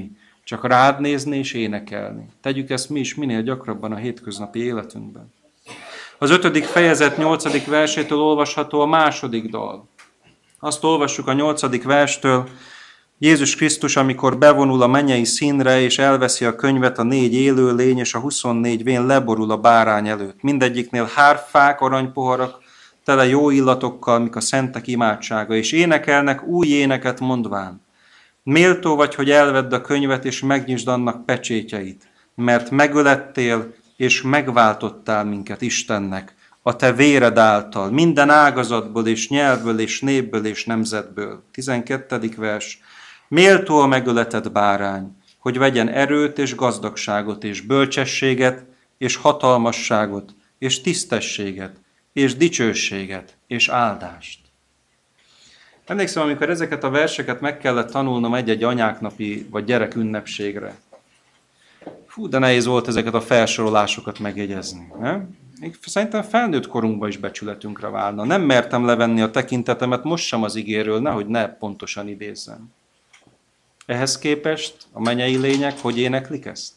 csak rád nézni és énekelni. Tegyük ezt mi is minél gyakrabban a hétköznapi életünkben. Az ötödik fejezet nyolcadik versétől olvasható a második dal. Azt olvassuk a nyolcadik verstől, Jézus Krisztus, amikor bevonul a mennyei színre, és elveszi a könyvet, a négy élőlény és a huszonnégy vén leborul a bárány előtt. Mindegyiknél hárfák, aranypoharak, tele jó illatokkal, mik a szentek imádsága, és énekelnek új éneket mondván. Méltó vagy, hogy elvedd a könyvet, és megnyisd annak pecsétjeit, mert megölettél, és megváltottál minket Istennek, a te véred által, minden ágazatból, és nyelvből, és népből, és nemzetből. tizenkettedik vers. Méltó a megöletett bárány, hogy vegyen erőt, és gazdagságot, és bölcsességet, és hatalmasságot, és tisztességet, és dicsőséget, és áldást. Emlékszem, amikor ezeket a verseket meg kellett tanulnom egy-egy anyáknapi vagy gyerekünnepségre. Fú, de nehéz volt ezeket a felsorolásokat megjegyezni. Nem? Még szerintem felnőtt korunkban is becsületünkre válna. Nem mertem levenni a tekintetemet most sem az igéről, nehogy ne pontosan idézzem. Ehhez képest a mennyei lények hogy éneklik ezt?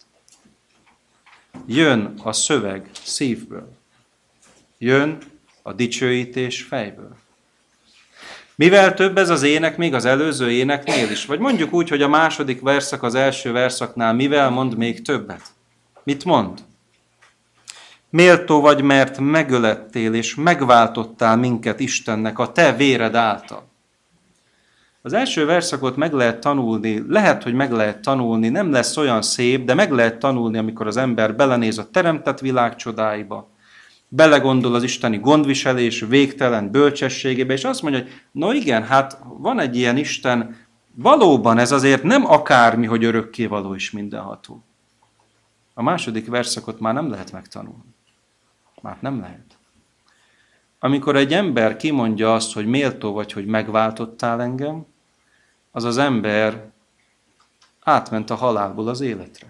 Jön a szöveg szívből. Jön a dicsőítés fejből. Mivel több ez az ének még az előző éneknél is? Vagy mondjuk úgy, hogy a második verszak az első verszaknál mivel mond még többet? Mit mond? Méltó vagy, mert megölettél és megváltottál minket Istennek a te véred által. Az első verszakot meg lehet tanulni, lehet, hogy meg lehet tanulni, nem lesz olyan szép, de meg lehet tanulni, amikor az ember belenéz a teremtett világ csodáiba, belegondol az isteni gondviselés végtelen bölcsességébe, és azt mondja, hogy no igen, hát van egy ilyen Isten, valóban ez azért nem akármi, hogy örökkévaló és mindenható. A második verszakot már nem lehet megtanulni. Már nem lehet. Amikor egy ember kimondja azt, hogy méltó vagy, hogy megváltottál engem, az az ember átment a halálból az életre.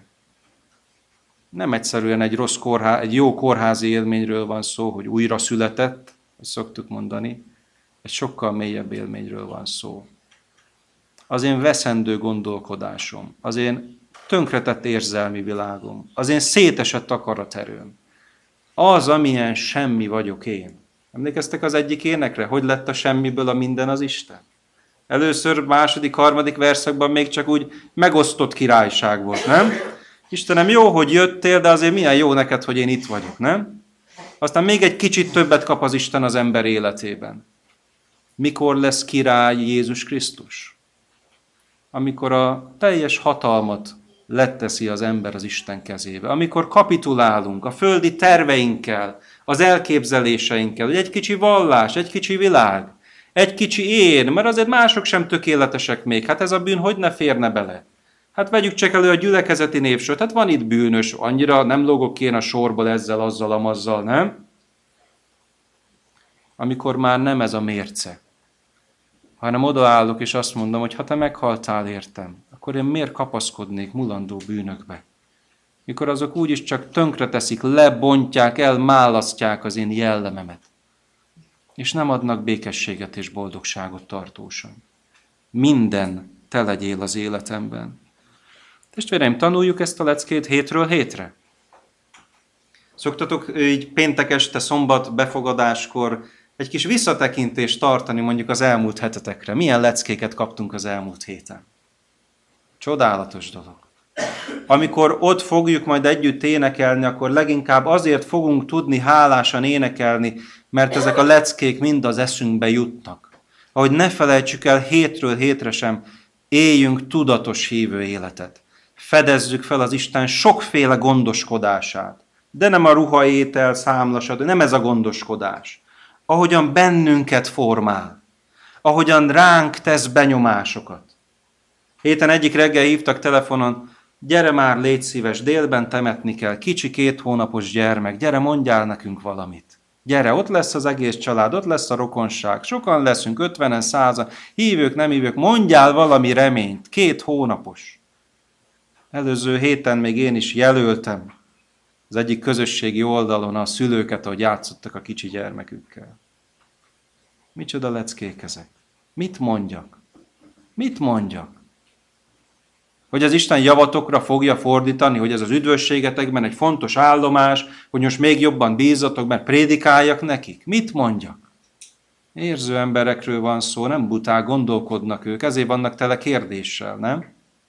Nem egyszerűen egy, rossz kórház, egy jó kórházi élményről van szó, hogy újra született, ezt szoktuk mondani, egy sokkal mélyebb élményről van szó. Az én veszendő gondolkodásom, az én tönkretett érzelmi világom, az én szétesett akaraterőm, az, amilyen semmi vagyok én. Emlékeztek az egyik énekre? Hogy lett a semmiből a minden az Isten? Először, második, harmadik verszakban még csak úgy megosztott királyság volt, nem? Istenem, jó, hogy jöttél, de azért milyen jó neked, hogy én itt vagyok, nem? Aztán még egy kicsit többet kap az Isten az ember életében. Mikor lesz király Jézus Krisztus? Amikor a teljes hatalmat letteszi az ember az Isten kezébe. Amikor kapitulálunk a földi terveinkkel, az elképzeléseinkkel, hogy egy kicsi vallás, egy kicsi világ, egy kicsi én, mert azért mások sem tökéletesek még. Hát ez a bűn hogy ne férne bele? Hát vegyük csak elő a gyülekezeti névsort, hát van itt bűnös, annyira nem lógok ki én a sorból ezzel, azzal, amazzal, nem? Amikor már nem ez a mérce, hanem odaállok és azt mondom, hogy ha te meghaltál értem, akkor én miért kapaszkodnék mulandó bűnökbe? Mikor azok úgyis csak tönkreteszik, lebontják, elmálasztják az én jellememet, és nem adnak békességet és boldogságot tartósan. Minden te legyél az életemben. Testvéreim, tanuljuk ezt a leckét hétről hétre. Szoktatok így péntek este, szombat befogadáskor egy kis visszatekintést tartani mondjuk az elmúlt hetetekre. Milyen leckéket kaptunk az elmúlt héten? Csodálatos dolog. Amikor ott fogjuk majd együtt énekelni, akkor leginkább azért fogunk tudni hálásan énekelni, mert ezek a leckék mind az eszünkbe jutnak. Ahogy ne felejtsük el hétről hétre sem, éljünk tudatos hívő életet. Fedezzük fel az Isten sokféle gondoskodását. De nem a ruha, étel, számlasad, nem ez a gondoskodás. Ahogyan bennünket formál, ahogyan ránk tesz benyomásokat. Héten egyik reggel hívtak telefonon, gyere már, légy szíves, délben temetni kell, kicsi két hónapos gyermek, gyere, mondjál nekünk valamit. Gyere, ott lesz az egész család, ott lesz a rokonság, sokan leszünk, ötvenen, százan, hívők, nem hívők, mondjál valami reményt, két hónapos. Előző héten még én is jelöltem az egyik közösségi oldalon a szülőket, ahogy játszottak a kicsi gyermekükkel. Micsoda leckék ezek? Mit mondjak? Mit mondjak? Hogy az Isten javatokra fogja fordítani, hogy ez az üdvösségetekben egy fontos állomás, hogy most még jobban bízzatok, mert prédikáljak nekik. Mit mondjak? Érző emberekről van szó, nem buták, gondolkodnak ők, ezért vannak tele kérdéssel, nem?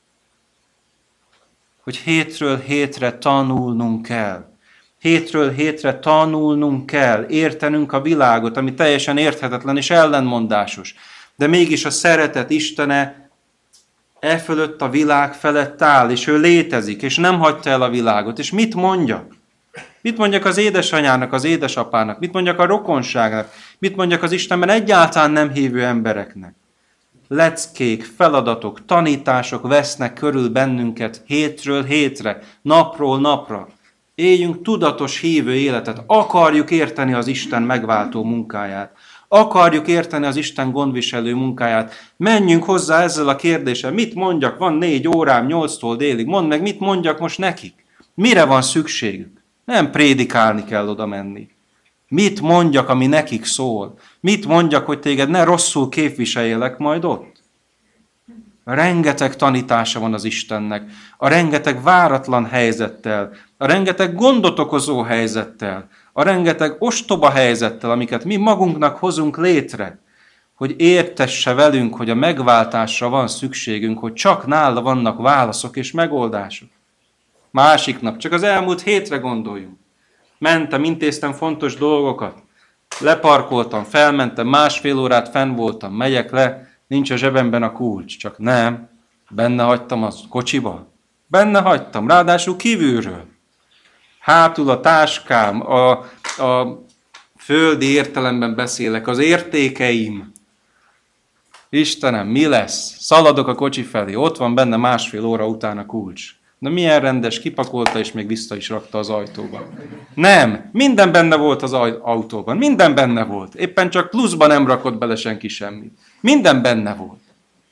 Hogy hétről hétre tanulnunk kell. Hétről hétre tanulnunk kell, értenünk a világot, ami teljesen érthetetlen és ellenmondásos. De mégis a szeretet Istene e fölött a világ felett áll, és ő létezik, és nem hagyta el a világot. És mit mondjak? Mit mondjak az édesanyának, az édesapának? Mit mondjak a rokonságnak? Mit mondjak az Istenben egyáltalán nem hívő embereknek? Leckék, feladatok, tanítások vesznek körül bennünket hétről hétre, napról napra. Éljünk tudatos hívő életet, akarjuk érteni az Isten megváltó munkáját. Akarjuk érteni az Isten gondviselő munkáját. Menjünk hozzá ezzel a kérdéssel. Mit mondjak? Van négy órám, nyolctól délig. Mondd meg, mit mondjak most nekik? Mire van szükségük? Nem prédikálni kell oda menni. Mit mondjak, ami nekik szól? Mit mondjak, hogy téged ne rosszul képviseljelek majd ott? Rengeteg tanítása van az Istennek, a rengeteg váratlan helyzettel, a rengeteg gondot okozó helyzettel, a rengeteg ostoba helyzettel, amiket mi magunknak hozunk létre, hogy értesse velünk, hogy a megváltásra van szükségünk, hogy csak nála vannak válaszok és megoldások. Másik nap, csak az elmúlt hétre gondoljunk. Mentem, intéztem fontos dolgokat, leparkoltam, felmentem, másfél órát fenn voltam, megyek le, nincs a zsebemben a kulcs, csak nem, benne hagytam az kocsiba. Benne hagytam, ráadásul kívülről. Hátul a táskám, a, a földi értelemben beszélek, az értékeim. Istenem, mi lesz? Szaladok a kocsi felé, ott van benne másfél óra után a kulcs. De milyen rendes, kipakolta és még vissza is rakta az ajtóba. Nem, minden benne volt az autóban, minden benne volt. Éppen csak pluszban nem rakott bele senki semmit. Minden benne volt.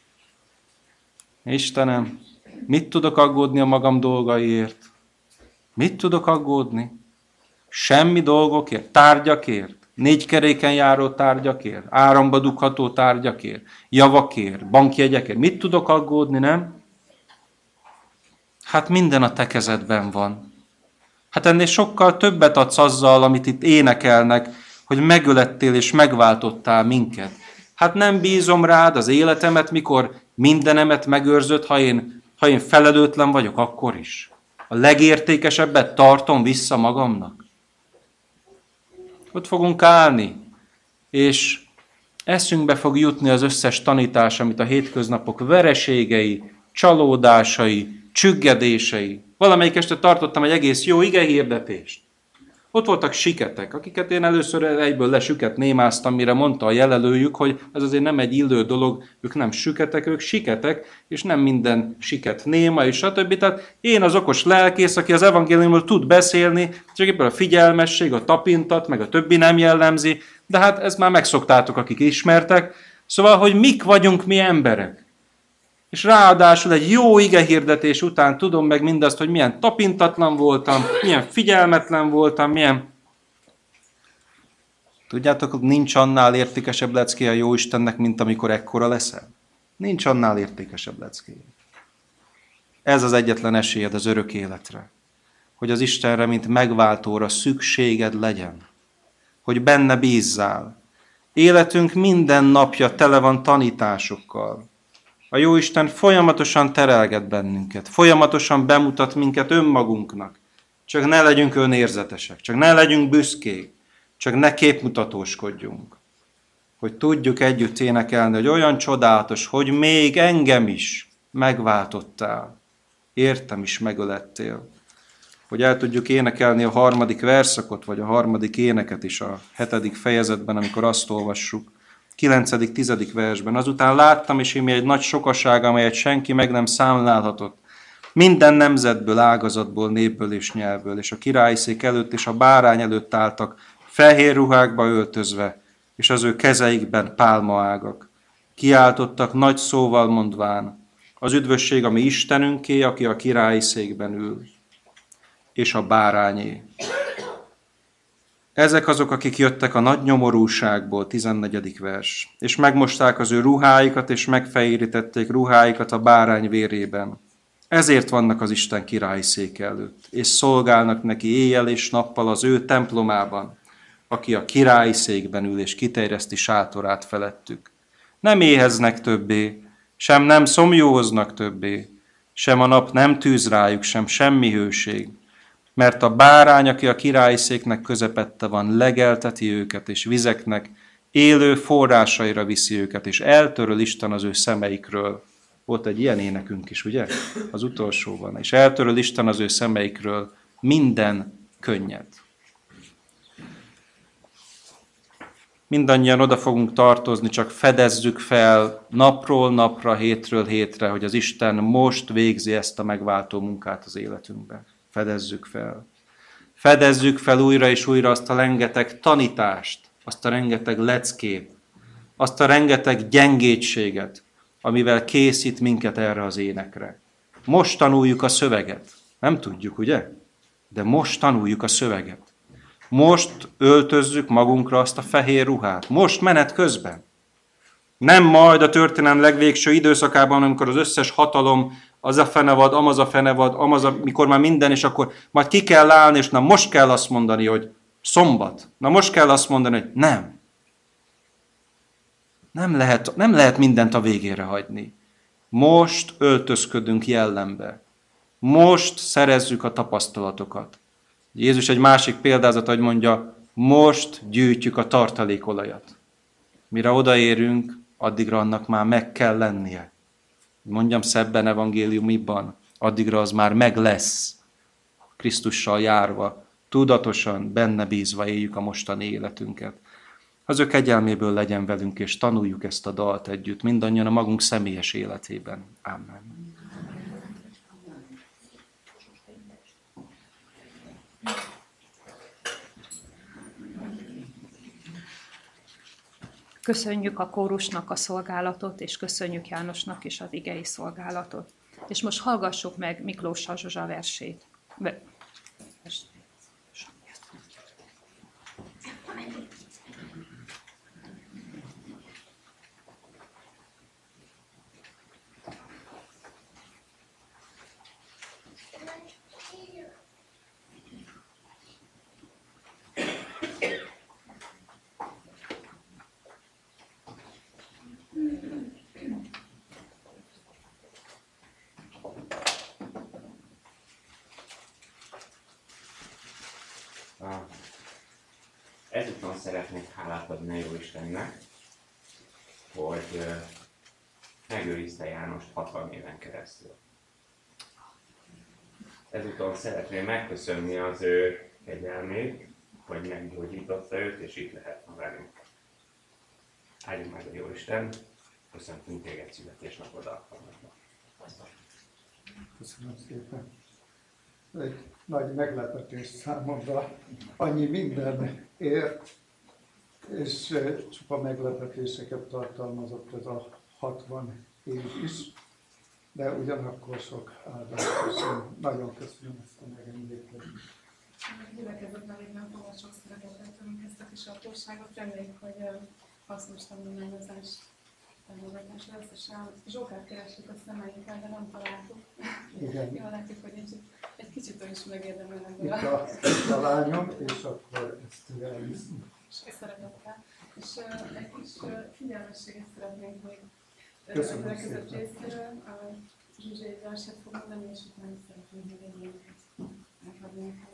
Istenem, mit tudok aggódni a magam dolgaiért? Mit tudok aggódni? Semmi dolgokért, tárgyakért, négy keréken járó tárgyakért, áramba dugható tárgyakért, javakért, bankjegyekért. Mit tudok aggódni, nem? Hát minden a te kezedben van. Hát ennél sokkal többet adsz azzal, amit itt énekelnek, hogy megölettél és megváltottál minket. Hát nem bízom rád az életemet, mikor mindenemet megőrzöd, ha én, ha én felelőtlen vagyok, akkor is. A legértékesebbet tartom vissza magamnak. Ott fogunk állni, és eszünkbe fog jutni az összes tanítás, amit a hétköznapok vereségei, csalódásai, csüggedései. Valamelyik este tartottam egy egész jó igehirdetést. Ott voltak siketek, akiket én először egyből lesüket némáztam, mire mondta a jelölőjük, hogy ez azért nem egy illő dolog, ők nem süketek, ők siketek, és nem minden siket néma, és stb. Tehát én az okos lelkész, aki az evangéliumról tud beszélni, csak éppen a figyelmesség, a tapintat, meg a többi nem jellemzi, de hát ezt már megszoktátok, akik ismertek. Szóval, hogy mik vagyunk mi emberek. És ráadásul egy jó igehirdetés után tudom meg mindazt, hogy milyen tapintatlan voltam, milyen figyelmetlen voltam, milyen... Tudjátok, nincs annál értékesebb lecké a Jóistennek, mint amikor ekkora leszel. Nincs annál értékesebb lecké. Ez az egyetlen esélyed az örök életre. Hogy az Istenre, mint megváltóra szükséged legyen. Hogy benne bízzál. Életünk minden napja tele van tanításokkal. A Jóisten folyamatosan terelget bennünket, folyamatosan bemutat minket önmagunknak. Csak ne legyünk önérzetesek, csak ne legyünk büszkék, csak ne képmutatóskodjunk. Hogy tudjuk együtt énekelni, hogy olyan csodálatos, hogy még engem is megváltottál, értem is megölettél. Hogy el tudjuk énekelni a harmadik verszakot, vagy a harmadik éneket is a hetedik fejezetben, amikor azt olvassuk. kilencedik, tizedik versben. Azután láttam, és imi egy nagy sokaság, amelyet senki meg nem számlálhatott. Minden nemzetből, ágazatból, népből és nyelvből, és a királyszék előtt és a bárány előtt álltak, fehér ruhákba öltözve, és az ő kezeikben pálmaágak. Kiáltottak nagy szóval mondván, az üdvösség a mi Istenünké, aki a királyi székben ül, és a bárányé. Ezek azok, akik jöttek a nagy nyomorúságból, tizennegyedik vers, és megmosták az ő ruháikat, és megfehérítették ruháikat a bárány vérében. Ezért vannak az Isten királyi széke előtt, és szolgálnak neki éjjel és nappal az ő templomában, aki a királyi székben ül és kiterjeszti sátorát felettük. Nem éheznek többé, sem nem szomjóznak többé, sem a nap nem tűz rájuk, sem semmi hőség, mert a bárány, aki a királyi széknek közepette van, legelteti őket, és vizeknek élő forrásaira viszi őket, és eltöröl Isten az ő szemeikről. Volt egy ilyen énekünk is, ugye? Az utolsóban. És eltöröl Isten az ő szemeikről minden könnyet. Mindannyian oda fogunk tartozni, csak fedezzük fel napról napra, hétről hétre, hogy az Isten most végzi ezt a megváltó munkát az életünkben. Fedezzük fel. Fedezzük fel újra és újra azt a rengeteg tanítást, azt a rengeteg leckét, azt a rengeteg gyengétséget, amivel készít minket erre az énekre. Most tanuljuk a szöveget. Nem tudjuk, ugye? De most tanuljuk a szöveget. Most öltözzük magunkra azt a fehér ruhát. Most menet közben. Nem majd a történelem legvégső időszakában, amikor az összes hatalom, az a fenevad, amaz a fenevad, amaz a, mikor már minden, és akkor majd ki kell állni, és na most kell azt mondani, hogy szombat. Na most kell azt mondani, hogy nem. Nem lehet, nem lehet mindent a végére hagyni. Most öltözködünk jellembe. Most szerezzük a tapasztalatokat. Jézus egy másik példázat, hogy mondja, most gyűjtjük a tartalékolajat. Mire odaérünk, addigra annak már meg kell lennie. Mondjam szebben evangéliumibban, addigra az már meg lesz. Krisztussal járva, tudatosan, benne bízva éljük a mostani életünket. Az ő kegyelméből legyen velünk, és tanuljuk ezt a dalt együtt, mindannyian a magunk személyes életében. Amen. Köszönjük a kórusnak a szolgálatot, és köszönjük Jánosnak is az igei szolgálatot. És most hallgassuk meg Miklós Zsuzsa versét. Be- Ezúton szeretnék hálát adni a Jóistennek, hogy ö, megőrizte Jánost hatvan éven keresztül. Ezúton szeretném megköszönni az ő kegyelmét, hogy meggyógyította őt, és itt lehet ma velünk. Áldjuk meg a Jóisten, köszöntünk téged születésnapod alkalmatban. Köszönöm szépen. Egy nagy meglepetés számomra, annyi minden ért, és csupa meglepetéseket tartalmazott ez a hatvan év is, de ugyanakkor sok áldást köszönöm. Nagyon köszönöm ezt a megemlékezést. A gyülekezet nevében fogad sok szeretettel tőlünk ezt a kis apróságot. Reméljük, hogy hasznos tanulmányozás támogatás lesz, és a Zsókát keressük a szemeinkkel, de nem találtuk. Igen. Jól látjuk, hogy egy, egy kicsit is megérdemelnek Itt vele. a, itt a lányom, és akkor ezt elviszünk. Sok szeretettel. És uh, egy kis uh, figyelmességet szeretnénk még Köszönöm a gyülekezet szépen. részéről. A Zsuzsa egy verset fog mondani, és utána szeretnénk még egy éneket megadni neked.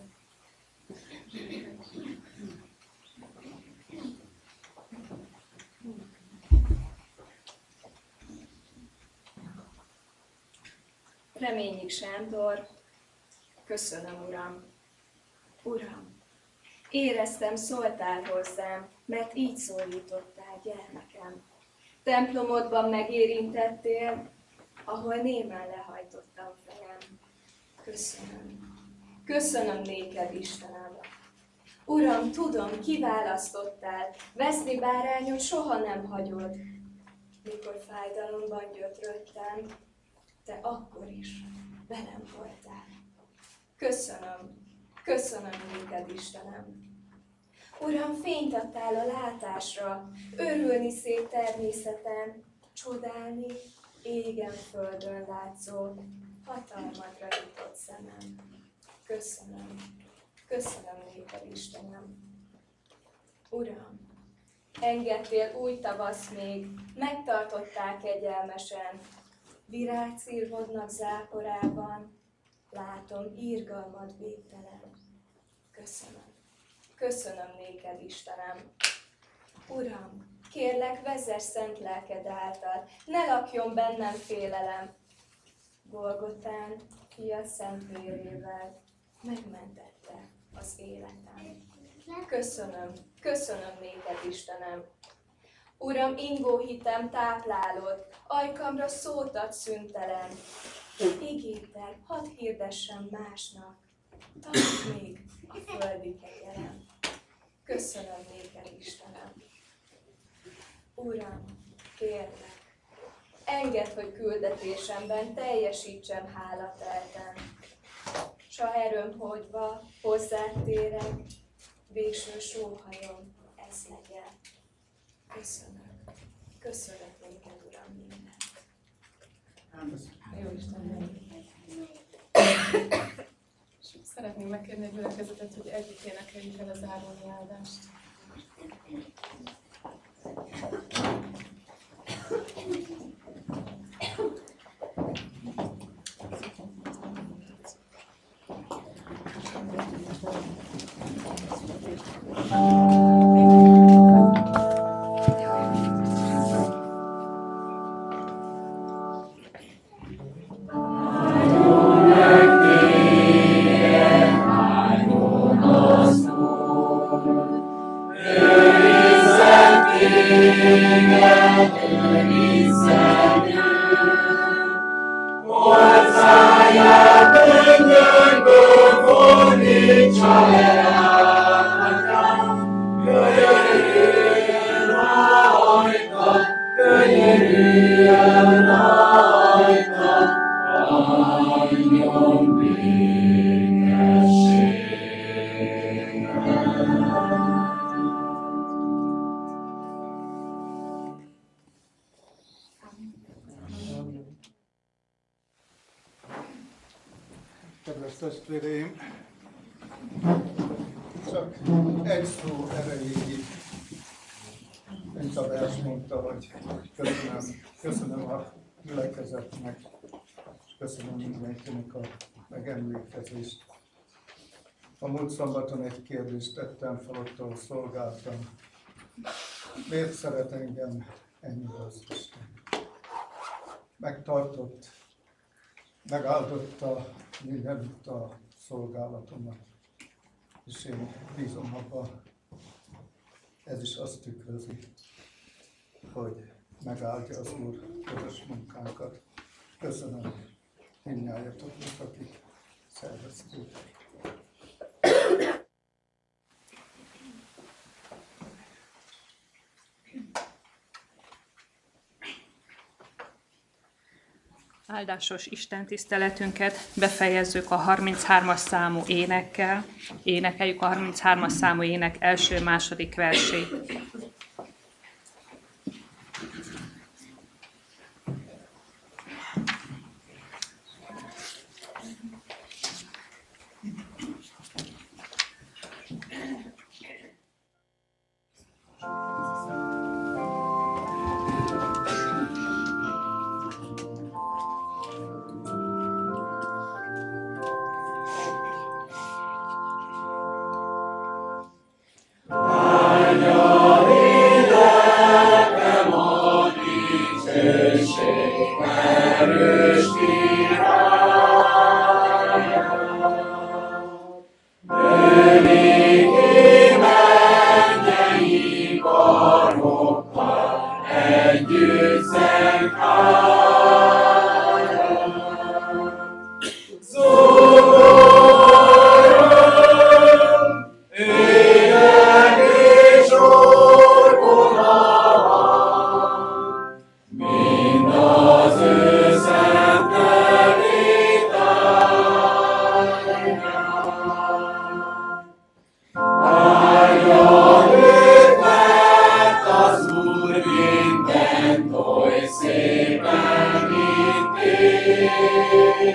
Reményik Sándor, köszönöm, Uram. Uram, éreztem, szóltál hozzám, mert így szólítottál, gyermekem. Templomodban megérintettél, ahol némán lehajtottam fejem. Köszönöm. Köszönöm néked, Istenem. Uram, tudom, kiválasztottál, veszni bárányot soha nem hagyod. Mikor fájdalomban gyötröttem, te akkor is velem voltál. Köszönöm, köszönöm néked, Istenem. Uram, fényt adtál a látásra, örülni szép természeten, csodálni égen földön látszó hatalmadra jutott szemem. Köszönöm, köszönöm néked, Istenem. Uram, engedtél új tavasz még, megtartottál kegyelmesen, virág cirhodnak záporában, látom írgalmad végtelen. Köszönöm, köszönöm néked, Istenem. Uram, kérlek, vezess szent lelked által, ne lakjon bennem félelem. Golgotán, fia szent vérével megmentette az életem. Köszönöm, köszönöm néked, Istenem. Uram, ingó hitem táplálod, ajkamra szót ad szüntelen. Igétek, hadd hirdessem másnak, tarts még a földi kegyelem. Köszönöm néked, Istenem. Uram, kérlek, engedd, hogy küldetésemben teljesítsem hálatelten. S ha erőm hogyva hozzád térek, végső sóhajom ez legyen. Köszönöm, köszönök néked, Uram, mindent. Jó Isten, és szeretném megkérni a gyülekezetet, hogy együtt énekeljük el az Ároni áldást. Kedves testvéreim, csak egy szó erejéig, mint a vers mondta, hogy köszönöm, köszönöm a gyülekezetnek, és köszönöm mindenkinek a megemlékezést. A múlt szombaton egy kérdést tettem fel, ott, ahol szolgáltam. Miért szeret engem ennyire az Isten? Megtartott, megáldotta mindenütt a szolgálatomat. És én bízom abban, ez is azt tükrözi, hogy megáldja az Úr közös munkánkat. Köszönöm mindnyájatoknak, akik szervezték. Áldásos Isten tiszteletünket befejezzük a harminchármas számú énekkel. Énekeljük a harminchármas számú ének első-második versét. Anya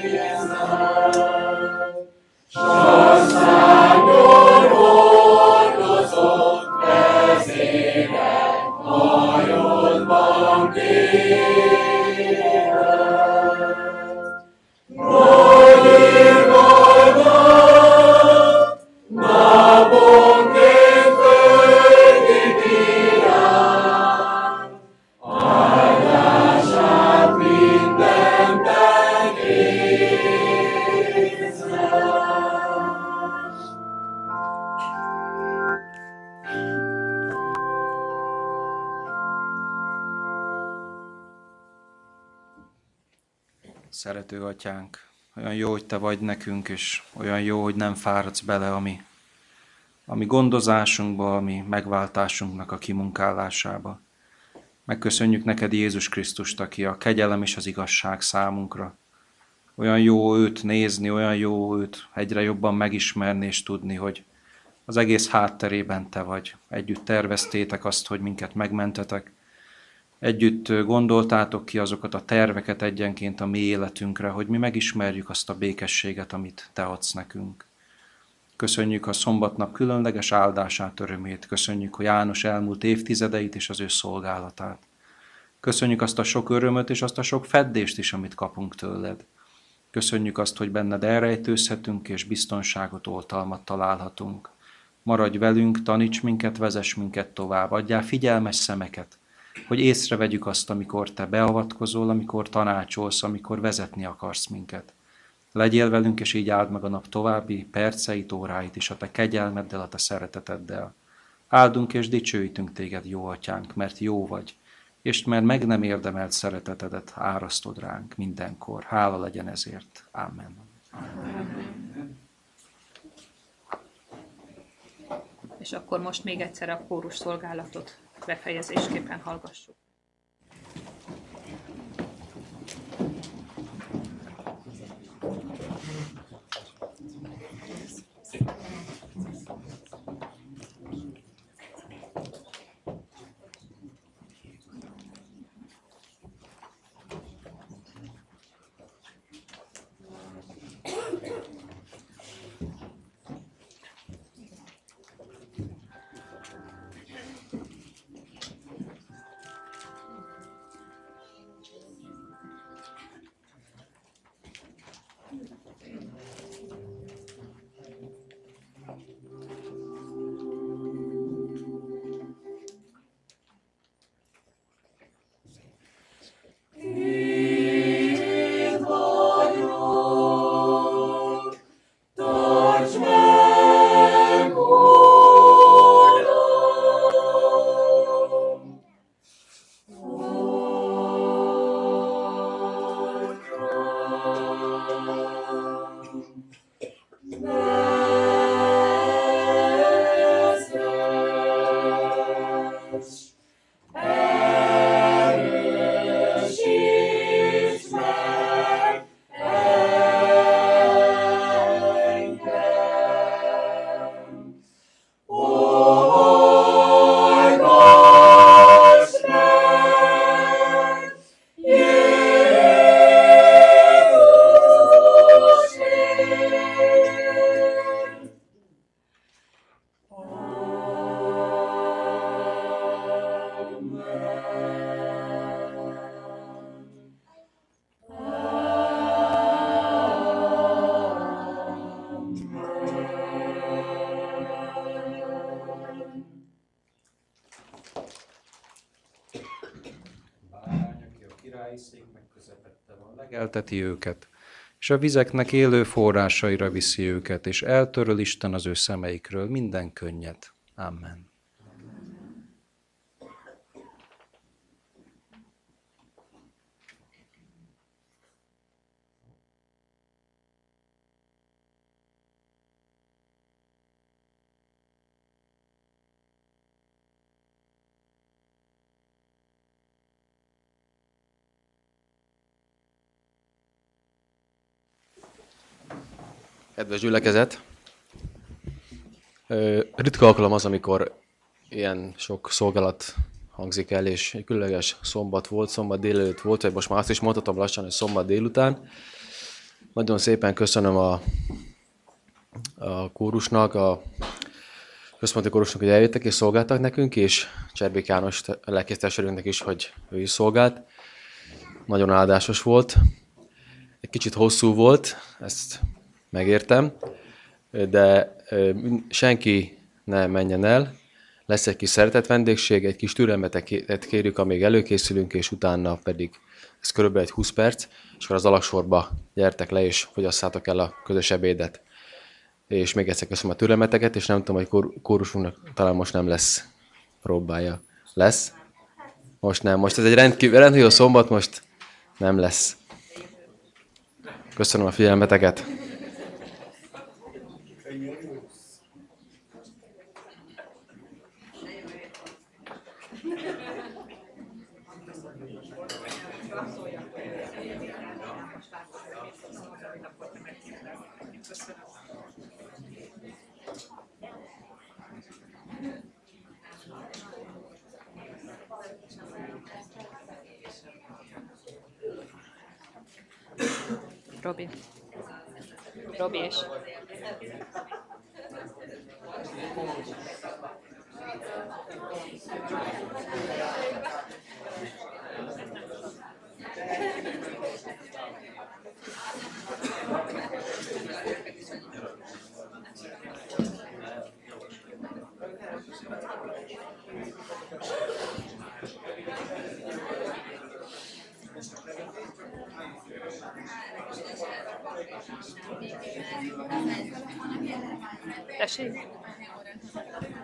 Szerető atyánk, olyan jó, hogy te vagy nekünk, és olyan jó, hogy nem fáradsz bele a mi, a mi gondozásunkba, a mi megváltásunknak a kimunkálásába. Megköszönjük neked Jézus Krisztust, aki a kegyelem és az igazság számunkra. Olyan jó őt nézni, olyan jó őt egyre jobban megismerni és tudni, hogy az egész hátterében te vagy. Együtt terveztétek azt, hogy minket megmentetek. Együtt gondoltátok ki azokat a terveket egyenként a mi életünkre, hogy mi megismerjük azt a békességet, amit te adsz nekünk. Köszönjük a szombatnap különleges áldását, örömét. Köszönjük a János elmúlt évtizedeit és az ő szolgálatát. Köszönjük azt a sok örömöt és azt a sok feddést is, amit kapunk tőled. Köszönjük azt, hogy benned elrejtőzhetünk és biztonságot, oltalmat találhatunk. Maradj velünk, taníts minket, vezess minket tovább, adjál figyelmes szemeket, hogy észrevegyük azt, amikor te beavatkozol, amikor tanácsolsz, amikor vezetni akarsz minket. Legyél velünk, és így áld meg a nap további perceit, óráit is a te kegyelmeddel, a te szereteteddel. Áldunk és dicsőítünk téged, jó atyánk, mert jó vagy, és mert meg nem érdemelt szeretetedet árasztod ránk mindenkor. Hála legyen ezért. Amen. Amen. És akkor most még egyszer a kórus szolgálatot befejezésképpen hallgassuk. Legelteti őket, és a vizeknek élő forrásaira viszi őket, és eltöröl Isten az ő szemeikről minden könnyet. Amen. Kedves gyülekezet! Ritka alkalom az, amikor ilyen sok szolgálat hangzik el, és egy különleges szombat volt, szombat délelőtt volt, vagy most már azt is mondhatom lassan, hogy szombat délután. Nagyon szépen köszönöm a, a kórusnak, a központi kórusnak, hogy eljöttek és szolgáltak nekünk, és Cserbék János lelkésztestvérünknek is, hogy ő is szolgált. Nagyon áldásos volt. Egy kicsit hosszú volt, ezt megértem, de senki ne menjen el. Lesz egy kis szeretett vendégség, egy kis türelmetet kérjük, amíg előkészülünk, és utána pedig ez körülbelül egy húsz perc, és akkor az alagsorba gyertek le, és fogyasszátok el a közös ebédet. És még egyszer köszönöm a türelmeteket, és nem tudom, hogy kór, kórusunknak talán most nem lesz próbája. Lesz? Most nem. Most ez egy rendkívül, rendkívül szombat, most nem lesz. Köszönöm a figyelmeteket. Robi. Robi is. Tessék?